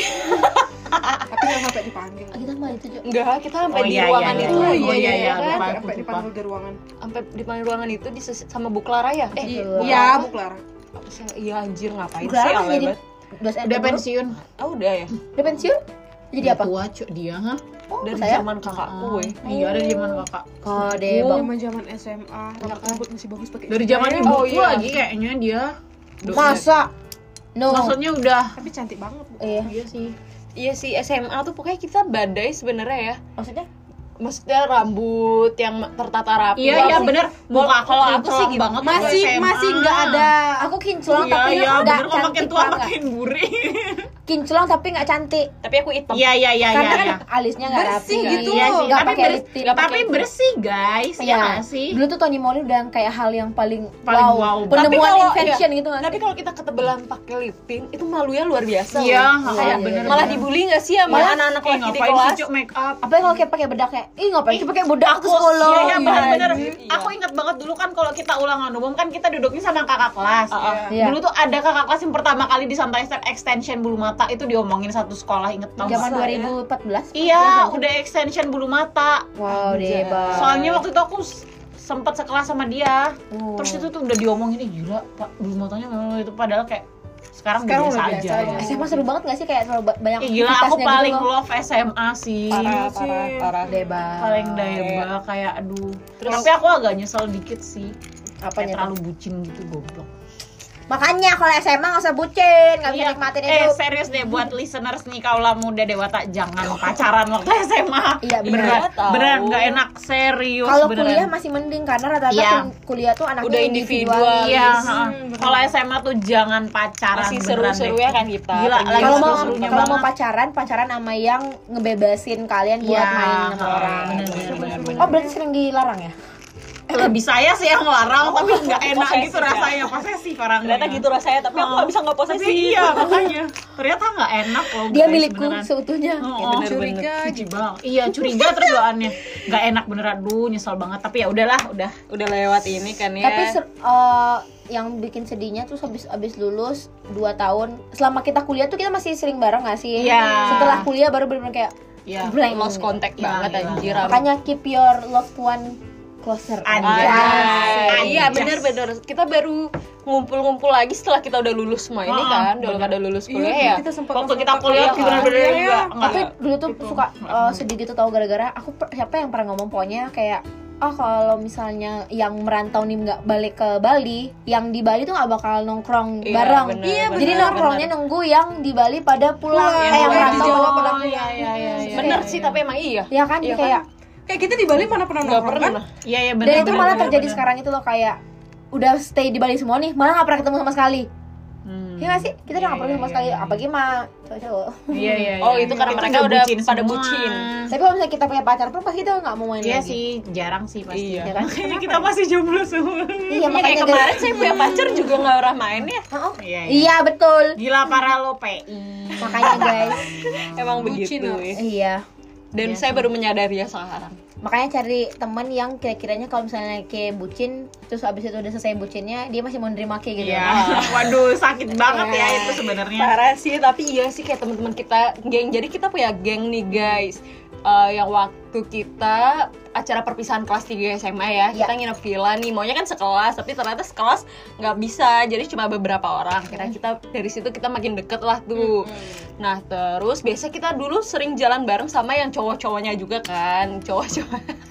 Tapi enggak sampai dipanggil. Kita mah itu juga. Enggak, kita sampai Oh, di iya, ruangan iya, itu. iya. Oh iya, iya, iya, kan? lupa. Sampai dipanggil di ruangan. Sampai di ruangan itu di sama Bu Clara ya? Eh, Iya. Bu Iya, Clara. Bu Clara. Apa sih? Iya anjir ngapain Udah sih lama alay jadi banget. dosen Udah baru. pensiun. Oh, udah ya. Udah pensiun? Jadi apa? Tua cuk dia, ha? Oh, Dari saya. zaman kakak gue. Iya, dari zaman kakak. Oh, deh, Bang. Zaman-zaman S M A, rambut rambut masih bagus pakai. Dari zaman jilbab. ibuku Oh, iya. lagi kayaknya dia. dosen. Masa? No. Maksudnya udah. Tapi cantik banget, Bu. Iya. Iya sih. Iya sih S M A tuh pokoknya kita badai sebenarnya ya. Maksudnya? Maksudnya rambut yang tertata rapi. Iya, iya bener. Muka Kalau aku aku sih kinclong gitu. banget Masih waktu S M A. masih enggak ada. Aku kinclong Iya, tapi iya, nggak bener kok makin cantik tua banget. makin buri. Kinclong tapi nggak cantik. Tapi aku hitam. Iya, iya, iya, Karena iya. kan alisnya nggak rapi. Bersih kan. gitu. Iya sih, Nggak tapi pakai bersih, lip tint. nggak tapi pakai- bersih guys, ya Iya. nggak sih? Dulu tuh Tony Moly udah kayak hal yang paling, Paling wow, wow. Tapi penemuan kalau- invention iya. gitu nggak Tapi sih? kalau kita ketebelan pakai lip tint itu malunya luar biasa. Iya, loh. kayak iya, bener. iya. Malah dibully nggak sih sama Malah- anak-anak Eh, laki di ngapain kelas? sih cuk make up? Apalagi kalau kayak pakai bedak kayak, ih ngapain sih pakai bedak ke sekolah? Iya, iya, bener-bener. Iya. Aku ingat banget dulu kan kalau kita ulangan umum kan kita duduknya sama kakak kelas. Ah, ah. Iya. Dulu tuh ada kakak kelas yang pertama kali disantai step extension bulu mata itu diomongin satu sekolah, inget tau Zaman nggak? dua ribu empat belas. Iya, udah extension bulu mata. Wow, deh, Bang. Soalnya waktu itu aku s- sempet sekelas sama dia. Oh. Terus itu tuh udah diomongin, ih gila, Pak, bulu matanya memang itu padahal kayak sekarang, Sekarang udah biasa udah aja. biasa aja. S M A seru banget gak sih kayak terlalu ba- banyak Ih, gila, aku aktivitasnya paling gitu loh. love S M A sih. Parah, sih. parah, parah. Deh, Bang. Paling dayaba kayak aduh. Terus- Tapi aku agak nyesel dikit sih. Apanya Kayak terlalu bucin gitu, goblok. Makanya kalau S M A nggak usah bucin, nggak bisa Iya. nikmatin Eh hidup. serius deh buat listeners nih kaulah muda dewata, jangan pacaran waktu S M A. Iya, bener. Beneran, Tahu. beneran nggak enak, serius Kalau beneran. kuliah masih mending karena rata-rata Iya. kun- kuliah tuh anaknya Udah individual. individual. Iya, Yes. ha. Kalau S M A tuh jangan pacaran, Masih beneran seru-seru deh. ya kan kita. Gila, Pergi lagi Kalau mau seru-serunya kalau mau banget. pacaran, pacaran sama yang ngebebasin kalian buat Iya, main sama ha, orang. bener, bener, bener, bener. Oh, berarti sering dilarang ya? Eh, lebih saya sih yang larang, tapi nggak enak posesif gitu ya. rasanya, posesif orangnya. Ternyata gitu rasanya, tapi aku nggak bisa nggak posesif. Tapi iya, makanya ternyata nggak enak loh. Dia guys, milikku beneran. seutuhnya. Oh, Ya, oh, bener. curiga Cuci banget. Iya, curiga terus bawaannya. Nggak enak beneran, aduh nyesel banget. Tapi ya udahlah, udah. Udah lewat ini kan ya. Tapi ser- eh, yang bikin sedihnya tuh habis habis lulus dua tahun, selama kita kuliah tuh kita masih sering bareng gak sih? Iya. Setelah kuliah baru benar-benar kayak Iya. blank. lost contact Iya, banget iya. anjir. Makanya keep your loved one closer. Anjay. Anjay. Iya Anjas. bener-bener. Kita baru ngumpul-ngumpul lagi setelah kita udah lulus semua ini Oh, kan. Udah bener. pada lulus Iya, kuliah ya. kita sempat Waktu masuk kita ke kuliah kan. bener-bener Iya, juga iya. nggak. Tapi dulu tuh Gitu. suka Nggak eh, mau. sedih gitu tau gara-gara aku per- siapa yang pernah ngomong pokoknya kayak ah kalau misalnya yang merantau nih nggak balik ke Bali, yang di Bali tuh nggak bakal nongkrong Iya, bareng. bener, Iya, bener, Jadi bener. nongkrongnya nunggu yang di Bali pada pulang, Pulang, eh yang yang merantau di Jawa pada pada pulang. Oh, iya, iya, iya, iya. Bener Iya, sih, iya. tapi emang iya. Ya kan, Iya kayak Kayak kita di Bali mana pernah Nggak nongkrong kan? pernah. Iya, iya, bener. dan itu bener, malah bener, terjadi bener. sekarang itu loh kayak udah stay di Bali semua nih, malah nggak pernah ketemu sama sekali. Hmm. Iya nggak sih? Kita udah nggak Iya, pernah sama iya, sekali. iya. Apalagi mah cowok-cowok. Iya, iya, Oh, iya. itu karena mereka udah pada semua. bucin. Tapi kalau misalnya kita punya pacar pun pasti kita nggak mau main Iya lagi. sih, jarang sih pasti. Iya. Ya kan? Makanya kita masih jomblo semua. Iya Iya kayak makanya kemarin guys. saya punya pacar juga nggak pernah main ya. Oh, Iya, iya. iya betul. Gila para lo P I. Makanya guys, Emang Bucin, begitu. Ars. Ya. iya. Dan Iya saya sih. baru menyadari ya sekarang. Makanya cari teman yang kira-kiranya kalau misalnya kayak bucin, terus abis itu udah selesai bucinnya, dia masih mau nerima kayak gitu. Iya. Waduh, sakit banget ya Iya. itu sebenarnya. Parah sih, tapi iya sih kayak teman-teman kita geng. Jadi kita punya geng nih guys. Eh, yang waktu kita acara perpisahan kelas tiga S M A ya, Iya. kita nginep villa nih, maunya kan sekelas, tapi ternyata sekelas nggak bisa, jadi cuma beberapa orang. Kira kita dari situ kita makin deket lah tuh. Nah terus biasa kita dulu sering jalan bareng sama yang cowok-cowoknya juga kan, cowok-cowok.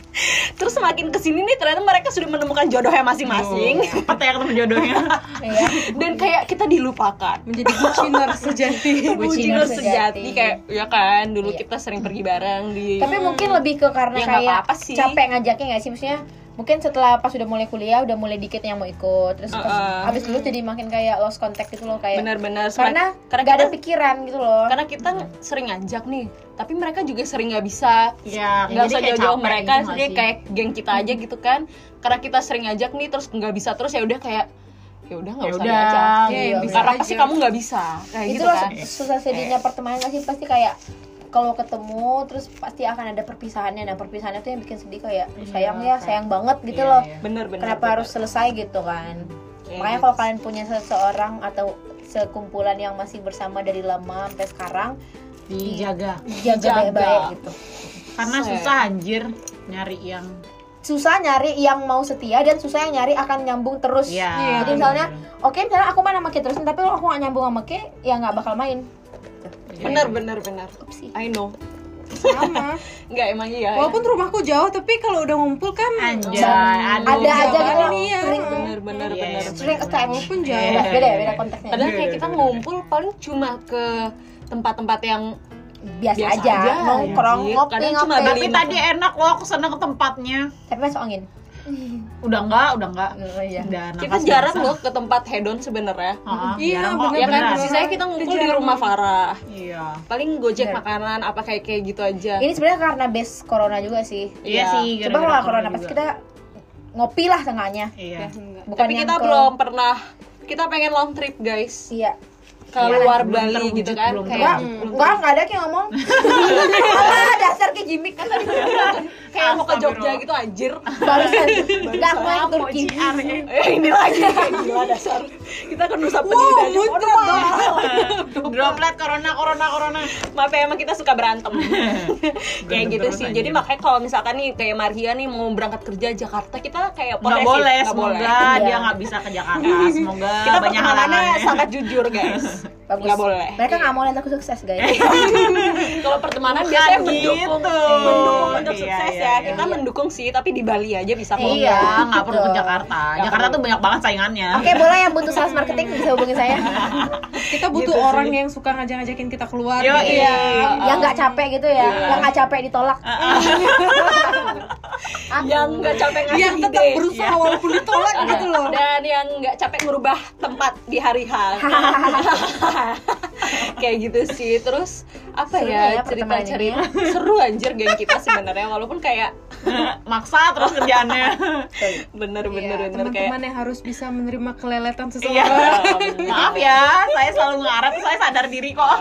Terus semakin kesini nih ternyata mereka sudah menemukan jodohnya masing-masing. Cepet ya ketemu jodohnya. Iya. Dan kayak kita dilupakan. Menjadi buciner sejati. Buciner sejati. sejati kayak ya kan dulu Iya. kita sering pergi bareng di Tapi mungkin lebih ke karena Ya, nggak kayak apa-apa sih. capek ngajaknya nggak sih? Maksudnya mungkin setelah pas udah mulai kuliah udah mulai dikit yang mau ikut, terus pas Uh-uh. habis dulu jadi makin kayak lost contact gitu loh kayak benar-benar karena karena nggak ada kita, pikiran gitu loh. karena kita sering ngajak nih, tapi mereka juga sering nggak bisa. Iya, Nggak usah jauh-jauh mereka, gitu jadi kayak geng kita aja gitu kan. Karena kita sering ngajak nih terus nggak bisa terus ya udah kayak ya udah nggak Ya usah udah. diajak. Ya, Iya, bisa Karena aja. pasti kamu nggak bisa kayak Itu gitu loh kan. susah sedihnya pertemanan nggak sih, pasti kayak kalau ketemu terus pasti akan ada perpisahannya. Nah perpisahannya tuh yang bikin sedih kayak sayang ya, sayang banget gitu Iya, loh. iya. Bener bener. Kenapa bener. harus selesai gitu kan? Kayak Makanya gitu kalau sih. kalian punya seseorang atau sekumpulan yang masih bersama dari lama sampai sekarang, Dijaga. jaga Dijaga. baik-baik gitu. Karena Set. susah anjir nyari yang Susah nyari yang mau setia dan susah yang nyari akan nyambung terus. Iya. Jadi misalnya, oke misalnya aku main sama Ki terus, tapi kalau aku gak nyambung sama Ki, ya nggak bakal main. Bener bener bener. Upsi. I know. Sama. Nggak emang iya. Walaupun rumahku jauh, tapi kalau udah ngumpul kan Anjay, Dan aduh, ada aja jawaban gitu ini ya. string, bener bener Iya, bener. iya, string attached. walaupun Iya. jauh. Beda, beda, beda konteksnya. Padahal kayak Beda, kita beda. ngumpul paling cuma ke tempat-tempat yang Biasa, biasa aja, aja, nongkrong, anjir. ngopi, Kadang cuma ngopi. Tapi beli- tadi enak loh, aku seneng ke tempatnya. Tapi masuk angin. Udah enggak, udah enggak. Oh, iya. Udah kita nafas jarang basah. loh ke tempat hedon sebenarnya. Heeh, Iya, jarang kok. bener, Ya kan, beneran. sisanya kita ngumpul di Jarang. rumah Farah. Iya. Paling gojek Bener. makanan apa kayak kayak gitu aja. Ini sebenarnya karena base corona juga sih. Iya Iya. sih. Coba kalau gara-gara nggak corona pas juga. kita ngopi lah tengahnya. Iya. Bukan Tapi yang kita ke- belum pernah. Kita pengen long trip guys. Iya. Ke Iya, luar belum Bali terwujud, gitu kan. belum Kayak Enggak, enggak, enggak ada yang ngomong. Alah, dasar ke Jimik kan tadi. kayak mau ke Jogja Astagfirullah. gitu anjir. Barusan. Enggak, aku yang Mau Turki. ciar ya. Eh ini lagi gila dasar. Kita ke Nusa Penida aja. Waduh, maaf. Droplet corona, corona, corona. Maaf ya, emang kita suka berantem. Kayak gitu terus sih. anjir. Jadi makanya kalau misalkan nih kayak Maria nih mau berangkat kerja Jakarta, kita kayak Nggak posesif, boleh, nggak semoga boleh. dia Iya. nggak bisa ke Jakarta. Semoga Kita banyak pertemanannya halangannya. sangat jujur guys. Bagus. Nggak boleh. Mereka nggak mau lihat aku sukses, guys. Kalau pertemanan Bukan biasanya gitu. mendukung, mendukung untuk Iya, sukses iya, ya. iya. Kita mendukung sih, tapi di Bali aja bisa kok. Iya. Iya, nggak perlu ke betul. Jakarta. Nggak Jakarta perlu. tuh banyak banget saingannya. Oke, boleh yang butuh sales marketing bisa hubungi saya. Kita butuh Gitu orang sih. yang suka ngajak-ngajakin kita keluar. Yo, gitu. iya. Yang nggak capek gitu ya, Iya. yang nggak capek ditolak. Yang nggak capek ngasih Yang tetap ide. berusaha walaupun ditolak gitu loh. Dan yang nggak capek merubah tempat di hari H. Kayak gitu sih. Terus apa Seru ya ya pertemanan ini cerita-cerita seru anjir geng kita sebenarnya, walaupun kayak Maksa terus kerjaannya. bener-bener Iya, bener kayak teman-teman yang harus bisa menerima keleletan Iya. seseorang. Maaf ya, saya selalu mengarah, saya sadar diri kok.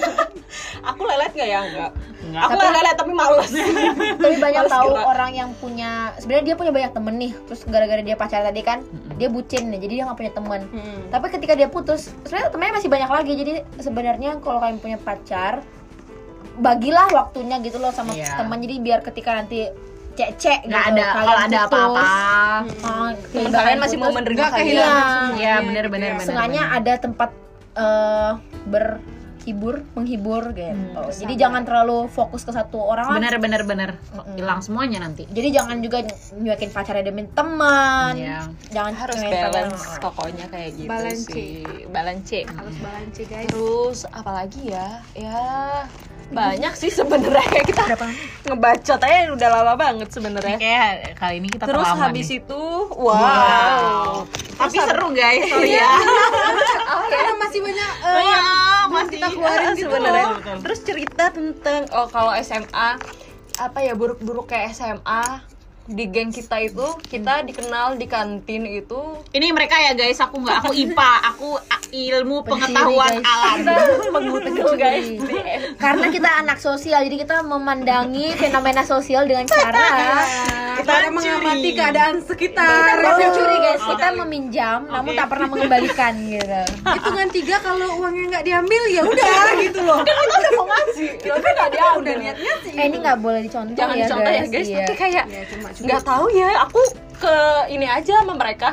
aku lelet nggak ya enggak. Enggak. Aku nggak lelet tapi males. Tapi banyak Males tahu gerak. orang yang punya, sebenarnya dia punya banyak temen nih, terus gara-gara dia pacar tadi kan, dia bucin nih, jadi dia nggak punya teman. Hmm. Tapi ketika dia putus, sebenarnya temennya masih banyak lagi. Jadi sebenarnya kalau kalian punya pacar, bagilah waktunya gitu loh sama Iya. teman. Jadi biar ketika nanti cek-cek Nggak gitu, ada, kalian kalau ada putus, apa-apa. ah, Temen kalian masih mau putus, menerima Nggak kalian. kehilangan Iya. semuanya. Iya, bener-bener. Iya. bener, Sengaja bener. ada tempat eh, berhibur, menghibur gitu. Hmm, Jadi jangan terlalu fokus ke satu orang. lah. Bener, bener, bener. Hilang semuanya nanti. Jadi jangan juga nyuakin pacarnya demi teman. Iya. Jangan Harus nyuekin balance pacar. pokoknya kayak gitu Balance. sih. Balance. Harus balance guys. Terus apalagi ya? Ya banyak sih sebenarnya, kayak kita Berapa? ngebacot aja udah lama banget sebenarnya. Kayak kali ini kita Terus terlambat habis nih. itu wow. Wow. Tapi seru guys, sorry ya. Karena masih banyak eh, Oh iya, belum masih kita keluarin Ah, gitu sebenarnya. loh. Betul. Terus cerita tentang oh kalau S M A apa ya, buruk-buruk kayak S M A di geng kita itu, kita dikenal di kantin itu Ini mereka ya guys, aku nggak, aku I P A, aku a- ilmu Pencuri, pengetahuan guys. alam. kita pengutul guys. Karena kita anak sosial, jadi kita memandangi fenomena sosial dengan cara Kita ada mengamati keadaan sekitar. kita gitu. mencuri guys, Oke. kita meminjam, namun Oke. tak pernah mengembalikan gitu. Hitungan tiga kalau uangnya nggak diambil ya udah gitu loh. Kita udah mau ngasih, kita kan nggak diambil. Udah niatnya sih. Eh ini nggak boleh dicontoh Jangan ya dicontoh ya guys. guys, Iya. tapi kayak Ya, cuma nggak tahu ya, aku ke ini aja sama mereka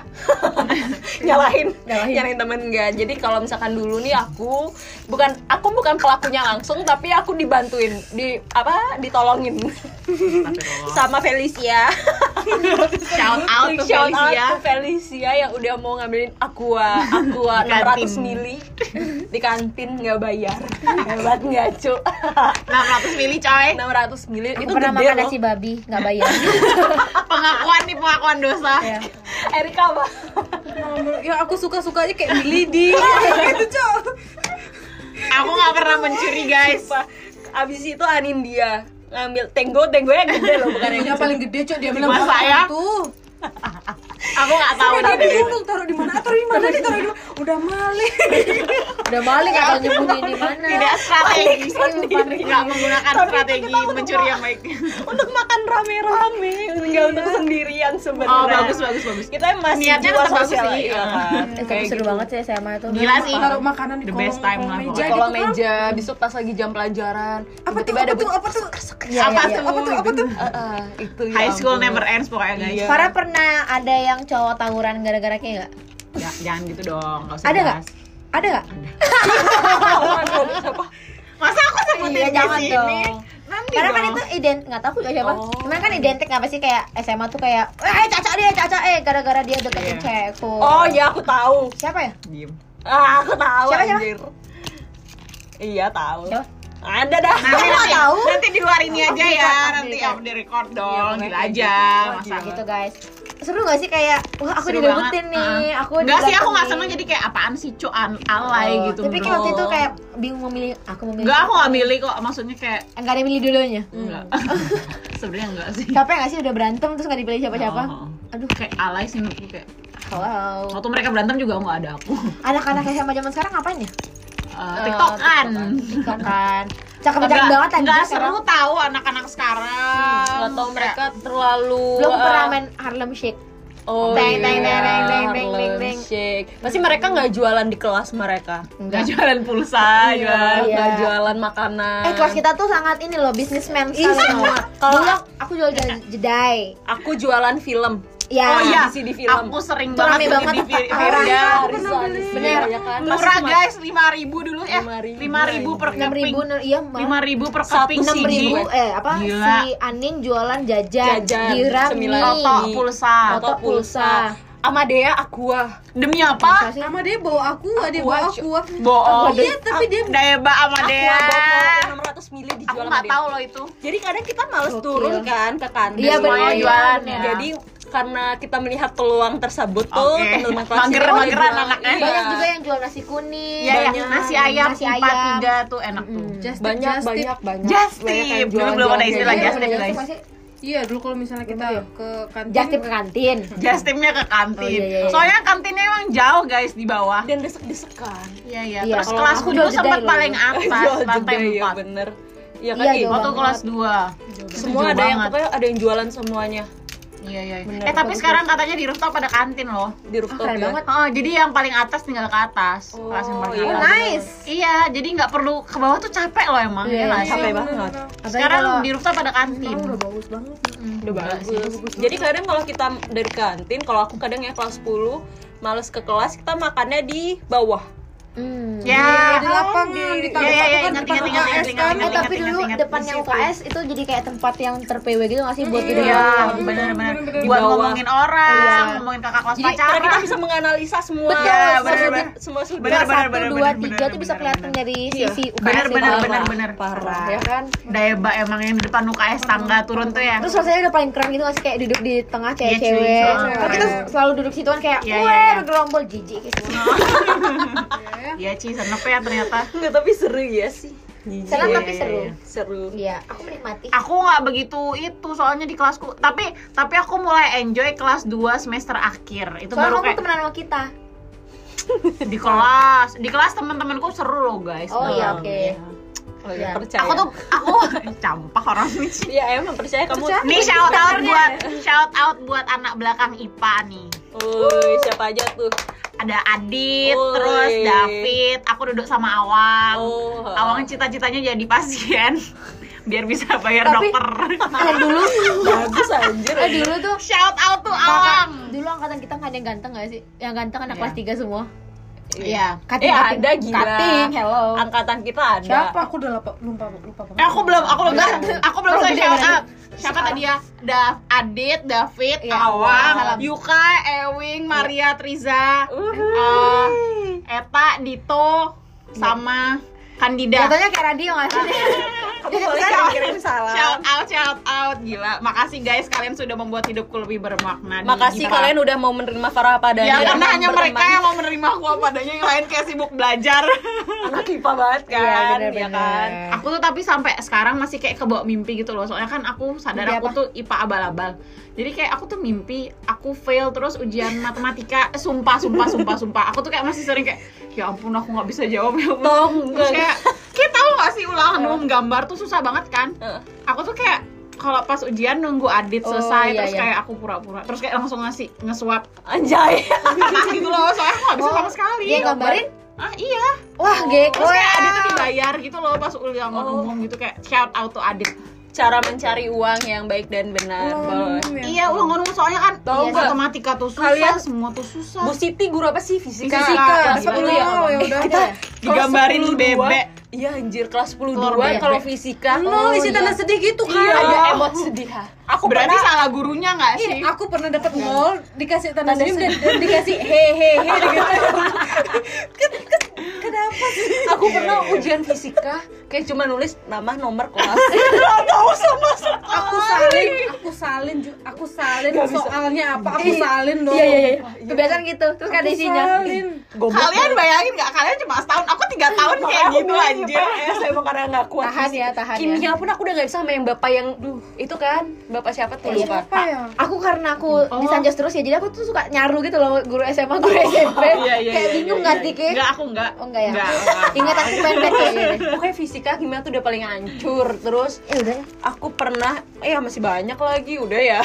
nyalahin Nyalahin. nyalahin temen nggak. Jadi kalau misalkan dulu nih aku bukan aku bukan pelakunya langsung, tapi aku dibantuin di apa ditolongin sama Felicia. Shout out to Shout out Felicia. to Felicia yang udah mau ngambilin aqua aqua Di enam ratus kantin. mili di kantin nggak bayar. Hebat nggak cu? enam ratus mili coy. enam ratus mili Aku itu pernah gede makan loh. nasi babi nggak bayar. Pengakuan nih, pengakuan dosa. Ya. Erika apa? Ya aku suka-suka aja kayak Billy di gitu, Cok. Aku nggak pernah mencuri guys. Sumpah. Abis itu Anindya ngambil tenggo, tenggo yang gede loh, bukan yang Yang kecil. paling gede, Cok, dia Di bilang masa ya? tuh. Aku nggak tahu Sampai dia deh. bingung taruh di mana, taruh di mana, taruh di mana. Udah maling. Udah maling atau nyembunyi di mana? Tidak strategi, Panik. nggak menggunakan strategi mencuri yang baik. Untuk makan rame-rame, enggak untuk sendirian sebenarnya. Oh bagus bagus bagus. Kita masih Niatnya jiwa tetap bagus sosial, sih. iya kan? Eh, tapi seru banget sih S M A itu. Gila sih. Taruh makanan di The kolong best time lah kolong pokoknya. Di meja kolong gitu kan. meja, besok pas lagi jam pelajaran, Apa tuh? tiba-tiba ada Apa tuh? bunyi Apa tuh? Iya, Apa iya, iya. tuh? Apa tuh? Apa tuh? Eh, eh, itu High ya school ampun. never ends pokoknya guys. Iya. Farah pernah ada yang cowok tawuran gara-gara kayak nggak? Ya, jangan gitu dong, nggak usah Ada nggak? bahas. Ada nggak? Masa aku sebutin Iya, di jangan sini? dong. Nanti Karena kan dong. itu ident nggak tahu juga siapa. Oh. Cuman kan identik apa sih kayak S M A tuh kayak, eh caca dia, caca eh gara-gara dia deketin Iya. cewekku. Oh ya aku tahu. Siapa ya? Diem. Ah, aku tahu Siapa, siapa? anjir. Iya tahu. Siapa? Ada dah. Nanti, Aku nggak nanti, tahu. nanti di luar ini aja Off the ya, record, off the nanti record. off the record dong, Iya, gila kayak aja, gitu. masa Gitu guys. Seru gak sih kayak, wah aku Seru direbutin banget. nih, Heeh. aku Enggak sih, aku didatengin. nggak seneng jadi kayak apaan sih cuan alay Oh, gitu. Tapi bro. kayak waktu itu kayak bingung memilih, aku memilih. Enggak, aku siapa. nggak milih kok, maksudnya kayak Enggak ada yang milih dulunya. enggak. Sebenarnya enggak sih. Capek gak sih udah berantem terus gak dipilih siapa-siapa? Oh. Aduh, Kayak alay sih menurutku kayak. halo. Waktu mereka berantem juga nggak ada aku. Anak-anak S M A zaman sekarang ngapain ya? Uh, TikTokan. TikTokan. Cakep-cakep Enggak, banget tadi enggak sekarang. seru tahu anak-anak sekarang. Nggak tahu mereka terlalu Belum eh, pernah main Harlem Shake. Oh Teng, teng, iya, teng, teng, teng, teng, Harlem teng. Shake. Pasti mereka nggak jualan di kelas mereka. Nggak jualan pulsa, Iya. jualan. Nggak jualan makanan. Eh kelas kita tuh sangat ini loh, businessman Ih, sekali. semua. Kalau Kalau aku jual jed- jedai. aku jualan film. Ya. Oh iya, di film. aku sering Itu rame banget banget. beli di Fir- Parah. Firda. Bener. ya kan. Murah guys, lima ribu dulu ya. lima ribu. lima ribu per enam keping. ribu, iya lima ribu per Satu keping enam C D. ribu eh apa Gila. si Aning jualan jajan, Jajan, dirami, sembilan Toto pulsa. Toto pulsa. Amadea Aqua. Demi apa? Masa sih? Sama dia bawa aku, dia bawa aku. Bohong. Iya, tapi dia Dayaba sama Aqua Dea. botol enam ratus mili Aku dijual nggak sama dia. tahu loh itu. Jadi kadang kita males Gokil. turun kan ke kantin. Iya, bener. semuanya Iya, jualan bener. ya. Jadi karena kita melihat peluang tersebut tuh Oke. teman-teman kelas Mager- kita mageran jual. anaknya. Iya. Banyak juga yang jual nasi kuning. Iya, ya, banyak nasi ayam nasi empat ayam. tiga tuh enak tuh. Mm-mm. Just tip, banyak just tip. banyak banyak Just banyak yang tip. Dulu jualan belum ada jualan istilah kayak Iya, just gitu. tip, udah guys. masih Iya, dulu kalau misalnya kita ke kantin. just tip ke kantin. Just tipnya ke kantin. Oh, iya, iya, iya. Soalnya kantinnya emang jauh guys di bawah. Dan desek-desekan. Iya iya. Iya, Terus kalau kelasku aku dulu jual jedai sempat loh. paling atas, Jual lantai juga, ya empat. bener. Iya kan? Iya, Ih, jauh Waktu banget. kelas dua. semua Jauh ada yang banget. pokoknya ada yang jualan semuanya Iya iya. iya. Bener, Eh tapi bagus. sekarang katanya di rooftop ada kantin loh. di rooftop. keren ya. banget. Oh, jadi yang paling atas tinggal ke atas. Oh, Kelas yang paling iya. Oh, atas. nice. Iya, jadi nggak perlu ke bawah tuh capek loh emang. Iya, Iya nggak iya. sih? Capek banget. Apalagi Sekarang kalau- di rooftop ada kantin. Sekarang udah bagus banget. Udah Gila bagus. Jadi kadang kalau kita dari kantin, kalau aku kadang ya kelas sepuluh males ke kelas, kita makannya di bawah. Hmm. Ya, di lapangan, di Iya, iya, iya, taman-taman, ingat, depan ingat, U ingat, K S ingat, kan. Eh ingat, tapi ingat, dulu ingat, depannya di U K S itu jadi kayak tempat yang ter-P W gitu nggak sih buat duduk Iya, doang. benar-benar. bener-bener. Buat Di bawah. ngomongin orang, Iya. ngomongin kakak kelas Jadi karena pacaran. kita bisa menganalisa semua. Betul, Iya, semua bener, sudut- bener. semua sudut. Bener, Kelas bener, satu, bener, dua, bener, tiga bener, tuh bisa bener, kelihatan bener. dari Iya. sisi U K S Bener, itu. bener, Parah, bener, bener. parah ya kan. Dayaba emang yang di depan U K S tangga turun tuh ya. Terus rasanya udah paling keren gitu nggak sih kayak duduk di tengah Iya, cewek-cewek. cuy. Kalau kita selalu duduk situan kayak, Iya, iya, weh iya. bergerombol jijik gitu. Iya, Ci, senep ya ternyata. Enggak, tapi seru ya sih. Senang Iya, tapi iya, seru. iya. Seru. Iya, aku menikmati. Aku nggak begitu itu soalnya di kelasku. Tapi tapi aku mulai enjoy kelas dua semester akhir. Itu Soalnya baru kamu kayak temenan sama kita. di kelas. Di kelas teman-temanku seru loh, guys. Oh iya, Nah, oke. Oh Iya. ya, percaya. Aku tuh aku campak orang ini. Iya, emang percaya kamu. Nih shout out buat shout out buat anak belakang I P A nih. Woi, siapa aja tuh? Ada Adit, Woi. terus David, aku duduk sama Awang. Oh. Awang cita-citanya jadi pasien biar bisa bayar Tapi- dokter. Eh dulu, Bagus anjir. eh dulu tuh Shout out tuh kakak, Awang. dulu angkatan kita nggak ada yang ganteng nggak sih? Yang ganteng anak Iya. kelas tiga semua. Iya. Kating, Eh, kating. ada gila. Kating, hello. Angkatan kita ada. Siapa? Aku udah lupa lupa lupa banget. Eh, aku belum, aku belum, aku belum Oh, selesai gede, shout gede. out. Siapa tadi ya? Da Adit, David, Iya, Awang, salam. Yuka, Ewing, Maria, Triza, eh, Eta, Dito, sama Kandida. Jatuhnya kayak radio nggak sih? Kamu boleh kirim-kirim salam. Shout out, shout out, gila. Makasih guys, kalian sudah membuat hidupku lebih bermakna. di Makasih I P A. kalian udah mau menerima Farah apa adanya. Ya karena dan hanya berteman. mereka yang mau menerima aku apa adanya, yang lain kayak sibuk belajar. Anak I P A banget kan. Iya, ya bener-bener. kan. Aku tuh tapi sampai sekarang masih kayak kebawa mimpi gitu loh. Soalnya kan aku sadar Mimpi aku apa? tuh I P A abal-abal. Jadi kayak aku tuh mimpi aku fail terus ujian matematika. Eh, sumpah, sumpah, sumpah, sumpah. Aku tuh kayak masih sering kayak ya ampun aku nggak bisa jawab ya ampun. Tong, Terus kayak kayak tahu nggak sih ulangan umum gambar tuh susah banget kan? Heeh. Aku tuh kayak kalau pas ujian nunggu adit Oh, selesai iya, terus iya. kayak aku pura-pura terus kayak langsung ngasih nge-swap Anjay. gitu loh soalnya aku nggak bisa Oh, sama sekali. dia gambarin? Ah iya. Wah, gek. Terus kayak adit tuh dibayar gitu loh pas ulangan Oh. umum gitu kayak shout out to adit. Cara mencari uang yang baik dan benar. Boy. Iya ulangan umum soalnya kan Tahu iya, nggak? matematika tuh susah, Kalian- semua tuh susah. Bu Siti guru apa sih? Fisika. Fisika. Kelas Dapat sepuluh dulu ya. ya udah. Kita Digambarin kelas sepuluh dua. bebek. Iya anjir kelas sepuluh Telur dua bebek. kalau fisika. No, isi iya. tanda sedih gitu kan. Iya, ada Oh. emot sedih. Aku Berarti pernah salah gurunya nggak Ih, sih? aku pernah dapat nol, dikasih tanda Tanda senyum dan, dan dikasih hehehe gitu. Ken- ken- Kenapa sih? aku pernah ujian fisika kayak cuma nulis nama nomor kelas. Aku salin, aku salin, Ju. aku salin soalnya apa? Aku salin dong. Iya, iya, iya. Kebiasaan gitu. Terus kan ada Aku isinya. salin. Kalian bayangin nggak? Kalian cuma setahun, aku tiga tahun kayak gitu anjir. Eh, saya emang karena nggak kuat. Tahan ya, tahan ya. Kimia pun aku udah nggak bisa sama yang bapak yang duh itu kan bapak siapa tuh Iya. lupa. Apa ya? Aku karena aku Oh. di Sanjos terus ya, jadi aku tuh suka nyaru gitu loh guru S M A, guru S M P. Iya, iya, Kayak iya, bingung iya, nggak iya. sih, Ki? Enggak, aku enggak. Oh, enggak ya? Enggak, enggak. Ingat aku pendek kayaknya. Pokoknya fisika kimia tuh udah paling hancur. Terus Eh udah ya. aku pernah ya masih banyak lagi udah ya.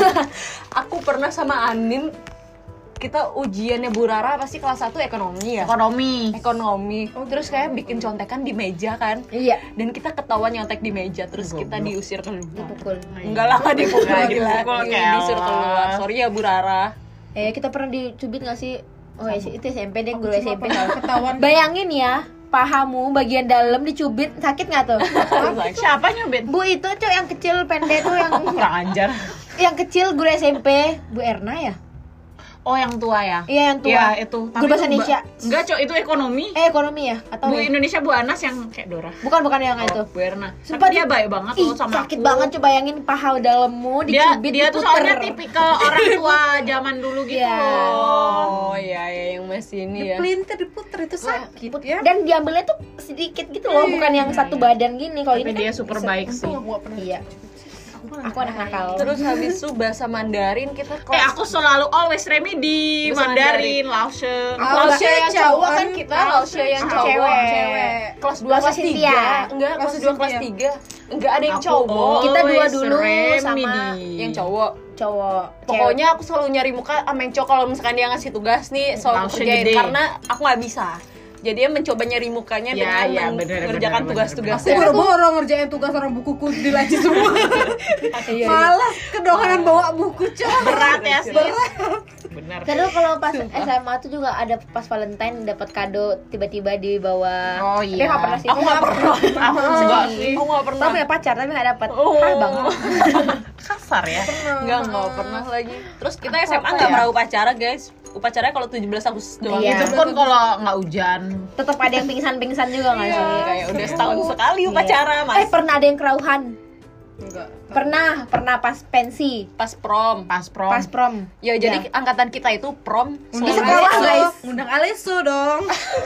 Aku pernah sama Anin kita ujiannya Bu Rara pasti kelas satu ekonomi ya. Ekonomi. Ekonomi. Terus kayak bikin contekan di meja kan. Iya. Dan kita ketahuan nyontek di meja terus kita diusir keluar. Dipukul. Enggak lah nggak dipukul Nggak gila. dipukul, Di- kelas. Disuruh keluar. Sorry ya Bu Rara. Eh kita pernah dicubit nggak sih? Oh ya, itu S M P deh, guru Cuma S M P. pernah ketahuan. Bayangin ya, pahamu bagian dalam dicubit, sakit nggak tuh? Siapa nyubit? Bu itu tuh yang kecil pendek tuh yang Kurang ajar. yang kecil guru S M P, Bu Erna ya? Oh, yang tua ya? Iya, yang tua. Iya, itu. Guru bahasa itu Indonesia. ba- Enggak, Cok, itu ekonomi. Eh ekonomi ya? Atau Bu Indonesia Bu Anas yang kayak Dora. bukan bukan yang Oh, itu. Bu Erna. Sumpah Tapi dia di- baik banget Ih, loh sama sakit aku. banget, coba bayangin paha dalammu Dia dicubit, dia tuh diputer. soalnya tipikal orang tua zaman dulu gitu Iya. loh. Oh iya ya yang masih ini ya. Pelintir diputer itu sakit ya. Dan diambilnya tuh sedikit gitu loh, bukan yang satu badan gini. Kalau Tapi ini dia kan super bisa- baik sih. Untung aku gak pernah. Iya. Aku anak nakal. Terus habis itu bahasa Mandarin kita kelas Eh aku selalu always remedi Bahasa Mandarin, Lause. Ah, Lausya enggak, yang cowok kan cowok. kita, Lausya yang Cowok. cowok. Cewek. Kelas dua Lausya kelas Cynthia. tiga. Enggak, kelas Lausya dua kelas Cynthia. tiga. Enggak ada yang Aku cowok. Kita dua always dulu sama remedi. Yang cowok. Cowok. Pokoknya aku selalu nyari muka sama yang cowok kalau misalkan dia ngasih tugas nih soal Lausya kerjain gede. karena aku nggak bisa. Jadi dia mencoba nyari mukanya Ya, dengan ya, men- bener, mengerjakan bener, tugas-tugasnya. Aku boro-boro ngerjain tugas orang bukuku dilaci semua. Iya, iya. Malas kedonganan bawa buku, Cok. Berat ya, sis. Benar. Karena kalau pas S M A tuh juga ada pas Valentine dapat kado tiba-tiba di bawah. Oh, Tapi iya. nggak pernah sih. Aku nggak pernah. Aku enggak sih. Aku nggak pernah. Pernah punya pacar tapi nggak dapat. Oh. Ah bang. Kasar ya. Enggak, enggak pernah lagi. Terus kita Apa S M A ya? enggak pernah upacara, guys. Upacaranya kalau tujuh belas Agustus doang. Iya. Itu pun kalau nggak hujan. Tetap ada yang pingsan-pingsan juga nggak sih? Kayak udah setahun sekali upacara, Iya. Mas. Eh pernah ada yang kerauhan? Enggak. Pernah, pernah pas pensi, Pas prom. Pas prom. pas prom. Ya, jadi angkatan kita itu prom Di selalu- sekolah guys, Undang Aleso dong.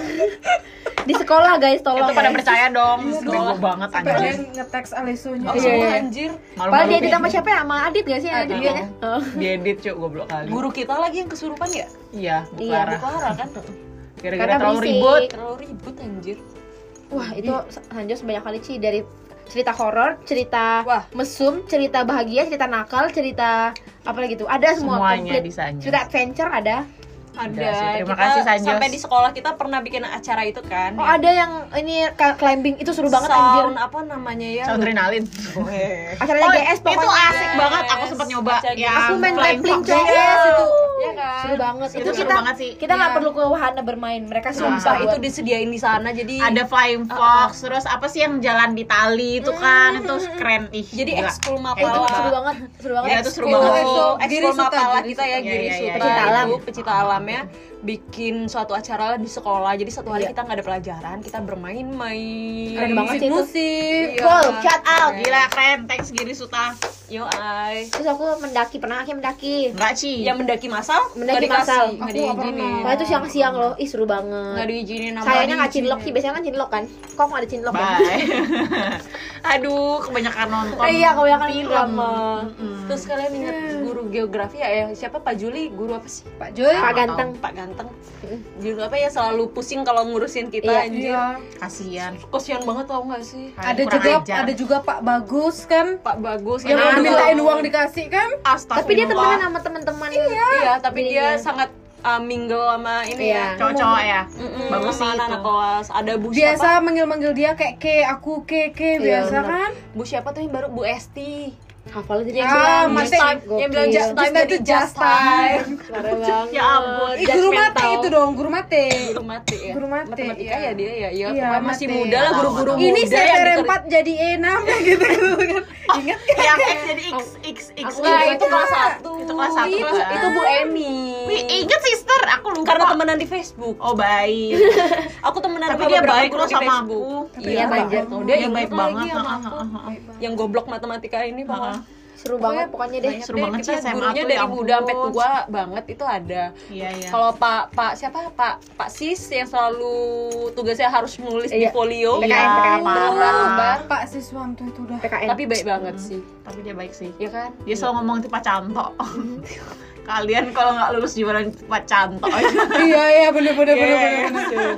di sekolah guys, tolong. Itu pada guys. percaya dong. Iya dong. Bego banget Sampai dia anjir. nge-text Alesonya. Oh, Iya, sumpah, iya. anjir. Padahal dia ditambah siapa ya? Sama Adit gak sih? Adit Adit. kayaknya. Oh. Diedit cuk goblok kali. Guru kita lagi yang kesurupan ya? Iya, Bu Iya, Clara. Clara kan? Gara-gara Karena terlalu berisik. ribut. Terlalu ribut anjir. Wah itu Sanjos banyak kali sih, dari cerita horor, cerita Wah. mesum, cerita bahagia, cerita nakal, cerita apa lagi tuh? Ada semua Semuanya komplit. di Sanjos. Cerita adventure ada. Ada. sih. Terima Kita kasih, Sanjos. sampai di sekolah kita pernah bikin acara itu kan. Oh ada yang ini ka- climbing itu seru banget anjir. Sound apa namanya ya? Adrenalin. Acaranya G S itu pokoknya. asik banget. Aku sempat nyoba Acara yang Aku main Flying grappling Fox. coy. Yes, itu. Iya kan? Seru banget. Itu Itu, seru kita banget sih. kita nggak Iya. perlu ke wahana bermain. Mereka Sumpah sumpah itu disediain di sana jadi Ada Flying Fox, terus apa sih yang jalan di tali itu kan, itu keren ih. jadi gila. ekskul itu Mapala. seru banget, seru banget. Iya, itu seru Ekskul- banget. Ekskul Giri Suta, Mapala Giri kita ya, Suta. Giri Iya, iya, Suta iya. Pecinta alam. itu pecinta alamnya bikin suatu acara di sekolah. Jadi satu hari Iya. kita nggak ada pelajaran, kita bermain-main. Keren banget sih itu. musik. Iya. Wow, shout out. Gila keren, thanks Giri Suta. Yo ay. Terus aku mendaki, pernah aku mendaki. Enggak Ci. Yang mendaki masal? Mendaki nggak masal. dikasih, nggak Aku nggak diizinin. pernah. Nah itu siang-siang loh, ih seru banget. Nggak diizinin sama Sayangnya nggak diizinin. cinlok sih, biasanya kan cinlok kan. Kok nggak ada cinlok ya? Bye. Aduh, kebanyakan nonton. Iya, kebanyakan film. drama. Mm-mm. Terus kalian ingat guru geografi ya? Yang siapa Pak Juli? Guru apa sih? Pak Joy. Pak Ganteng. Pak Ganteng. Guru apa ya selalu pusing kalau ngurusin kita Iya. anjir. Iya. Kasihan. Kasian banget tau gak sih? Ada Kurang juga ajar. ada juga Pak Bagus kan. Pak Bagus Yang Aduh. pernah mintain uang dikasih kan. Astagfirullah. Tapi dia temenan sama teman-teman. Iya, tapi dia Dirinya. sangat uh, mingle sama ini Iya. ya. cowok-cowok ya. Mm-mm, Bagus sama sih itu. anak kelas. Ada Bu Biasa siapa? manggil-manggil dia kayak ke, aku ke, ke Iya, biasa benar. kan. Bu siapa tuh yang baru? Bu Esti. Hafal jadi Ah, yang mati. bilang Yang bilang just Just time time jadi itu just just time. Parah banget. Ya ampun. Ih, guru mate itu dong, guru mate. Guru mate ya. Guru mate, Matematika iya. ya dia ya. Iya, Iya, pokoknya masih mate. muda lah guru-guru muda. Ini yang saya diter- empat jadi enam gitu kan. Ingat kan? Yang X jadi X X X. Aku Nah, ingat. itu kelas satu. Itu kelas satu. Itu, kelas itu Bu Emi. Wih, inget sister, aku lupa. Karena temenan di Facebook. Oh baik. Aku temenan Tapi sama dia beberapa baik guru loh di sama Facebook. aku. Iya, banjir. Dia, Dia inget baik lagi banget. sama Ha, aku. ha, ha, ha. Yang goblok matematika ini pokoknya. Seru banget pokoknya deh. Banyak Seru deh, banget kita sih S M A gurunya tuh, dari ya muda sampai ampun. tua banget itu ada. Iya, iya. Kalau Pak Pak siapa Pak Pak Sis yang selalu tugasnya harus menulis di Iya. folio. P K N, Iya, P K N. Berlembar-lembar. Pak Siswanto itu udah. P K N. Tapi baik banget sih. Tapi dia baik sih. Ya kan? Dia selalu ngomong tipe cantok. Kalian kalau nggak lulus gimana tipe cantok? Iya iya bener bener bener Iya, iya. bener.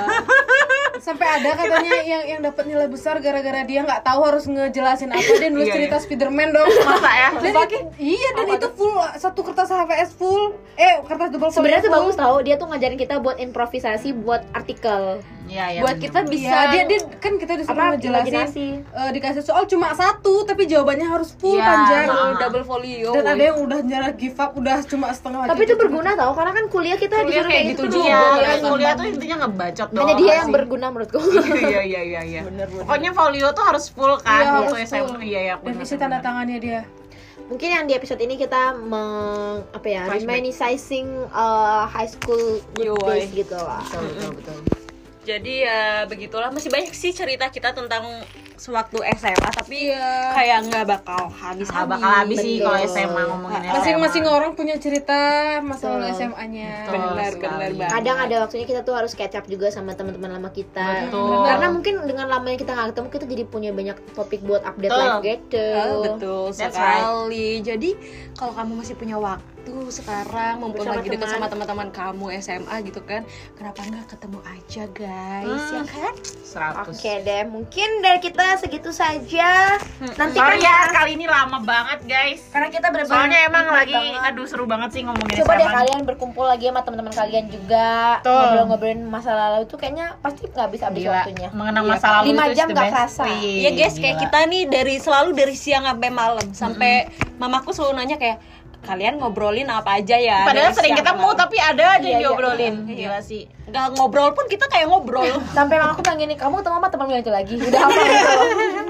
Sampai ada katanya yang yang dapat nilai besar gara-gara dia nggak tahu harus ngejelasin apa, dia nulis Iya, cerita Spiderman dong. Masa ya? Dan itu- iya dan itu full satu kertas H V S full. Eh kertas double folio Sebenarnya tuh full. bagus tau, dia tuh ngajarin kita buat improvisasi buat artikel. Iya, iya. Buat bener. kita bisa Iya, dia, dia kan kita disuruh Apa, ngejelasin imajinasi. eh, dikasih soal cuma satu tapi jawabannya harus full Iya, panjang. ha-ha. double, double folio. Dan woy. ada yang udah nyerah give up udah cuma setengah. Tapi itu berguna tau, karena kan kuliah kita Kuliah disuruh kayak kayak gitu gitu. juga. Iya, Iya, kan iya. kuliah tuh intinya ngebacot doang. Hanya dia yang sih. berguna menurutku. Iya, iya, iya, iya. Pokoknya folio tuh harus full kan Iya, waktu harus S M A. full. Iya, iya. Dan bener, isi tanda bener. tangannya dia. Mungkin yang di episode ini kita meng, apa ya, Flashback. reminiscing uh, high school good Yoi. days gitu lah. Betul, betul, betul. Jadi ya begitulah, masih banyak sih cerita kita tentang sewaktu S M A, tapi Iya. kayak nggak bakal habis Nggak bakal habis sih Betul. kalau S M A ngomongin S M A. Masing-masing orang punya cerita masa lalu Betul. S M A-nya. Betul Benar, sekali. benar banget. Kadang ada waktunya kita tuh harus catch up juga sama teman-teman lama kita. Betul. Karena mungkin dengan lamanya kita nggak ketemu, kita jadi punya banyak topik buat update Betul. live gitu. Ah, betul That's sekali. Jadi kalau kamu masih punya waktu sekarang, mumpung Bersama lagi dekat teman. sama teman-teman kamu S M A gitu kan, kenapa nggak ketemu aja guys, Hmm. ya kan? seratus. Oke deh, mungkin dari kita segitu saja. Nanti Sorry kan ya, kali ini lama banget guys. karena kita bener-bener Soalnya emang ribet lagi, banget. aduh seru banget sih ngomongin Coba S M A. deh kalian berkumpul lagi sama teman-teman kalian juga, Betul. ngobrol-ngobrolin masa lalu itu kayaknya pasti nggak bisa habis Gila, waktunya. mengenang Iya, masa lalu lima itu is jam the nggak best. kerasa. Wih, Iya guys, kayak gila. kita nih dari selalu dari siang sampai malam, sampai mamaku selalu nanya kayak kalian ngobrolin apa aja ya. Padahal dari sering siang ketemu sampai tapi ada aja Iya, yang iya. diobrolin. Iya. Gila sih. malam. Nggak ngobrol pun kita kayak ngobrol. Sampai mama aku bilang gini, kamu ketemu sama teman yang itu lagi, udah apa gitu loh.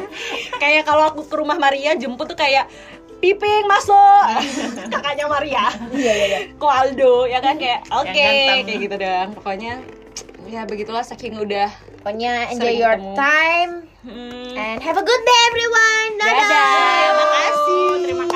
Kayak kalau aku ke rumah Maria jemput tuh kayak Piping masuk, kakaknya Maria. Iya iya iya. Ko Aldo ya kan kayak oke ganteng. kayak gitu dong. Pokoknya ya begitulah saking udah. Pokoknya enjoy Sering your ketemu. time Hmm, and have a good day everyone. Dadah. dadah. Terima kasih. Terima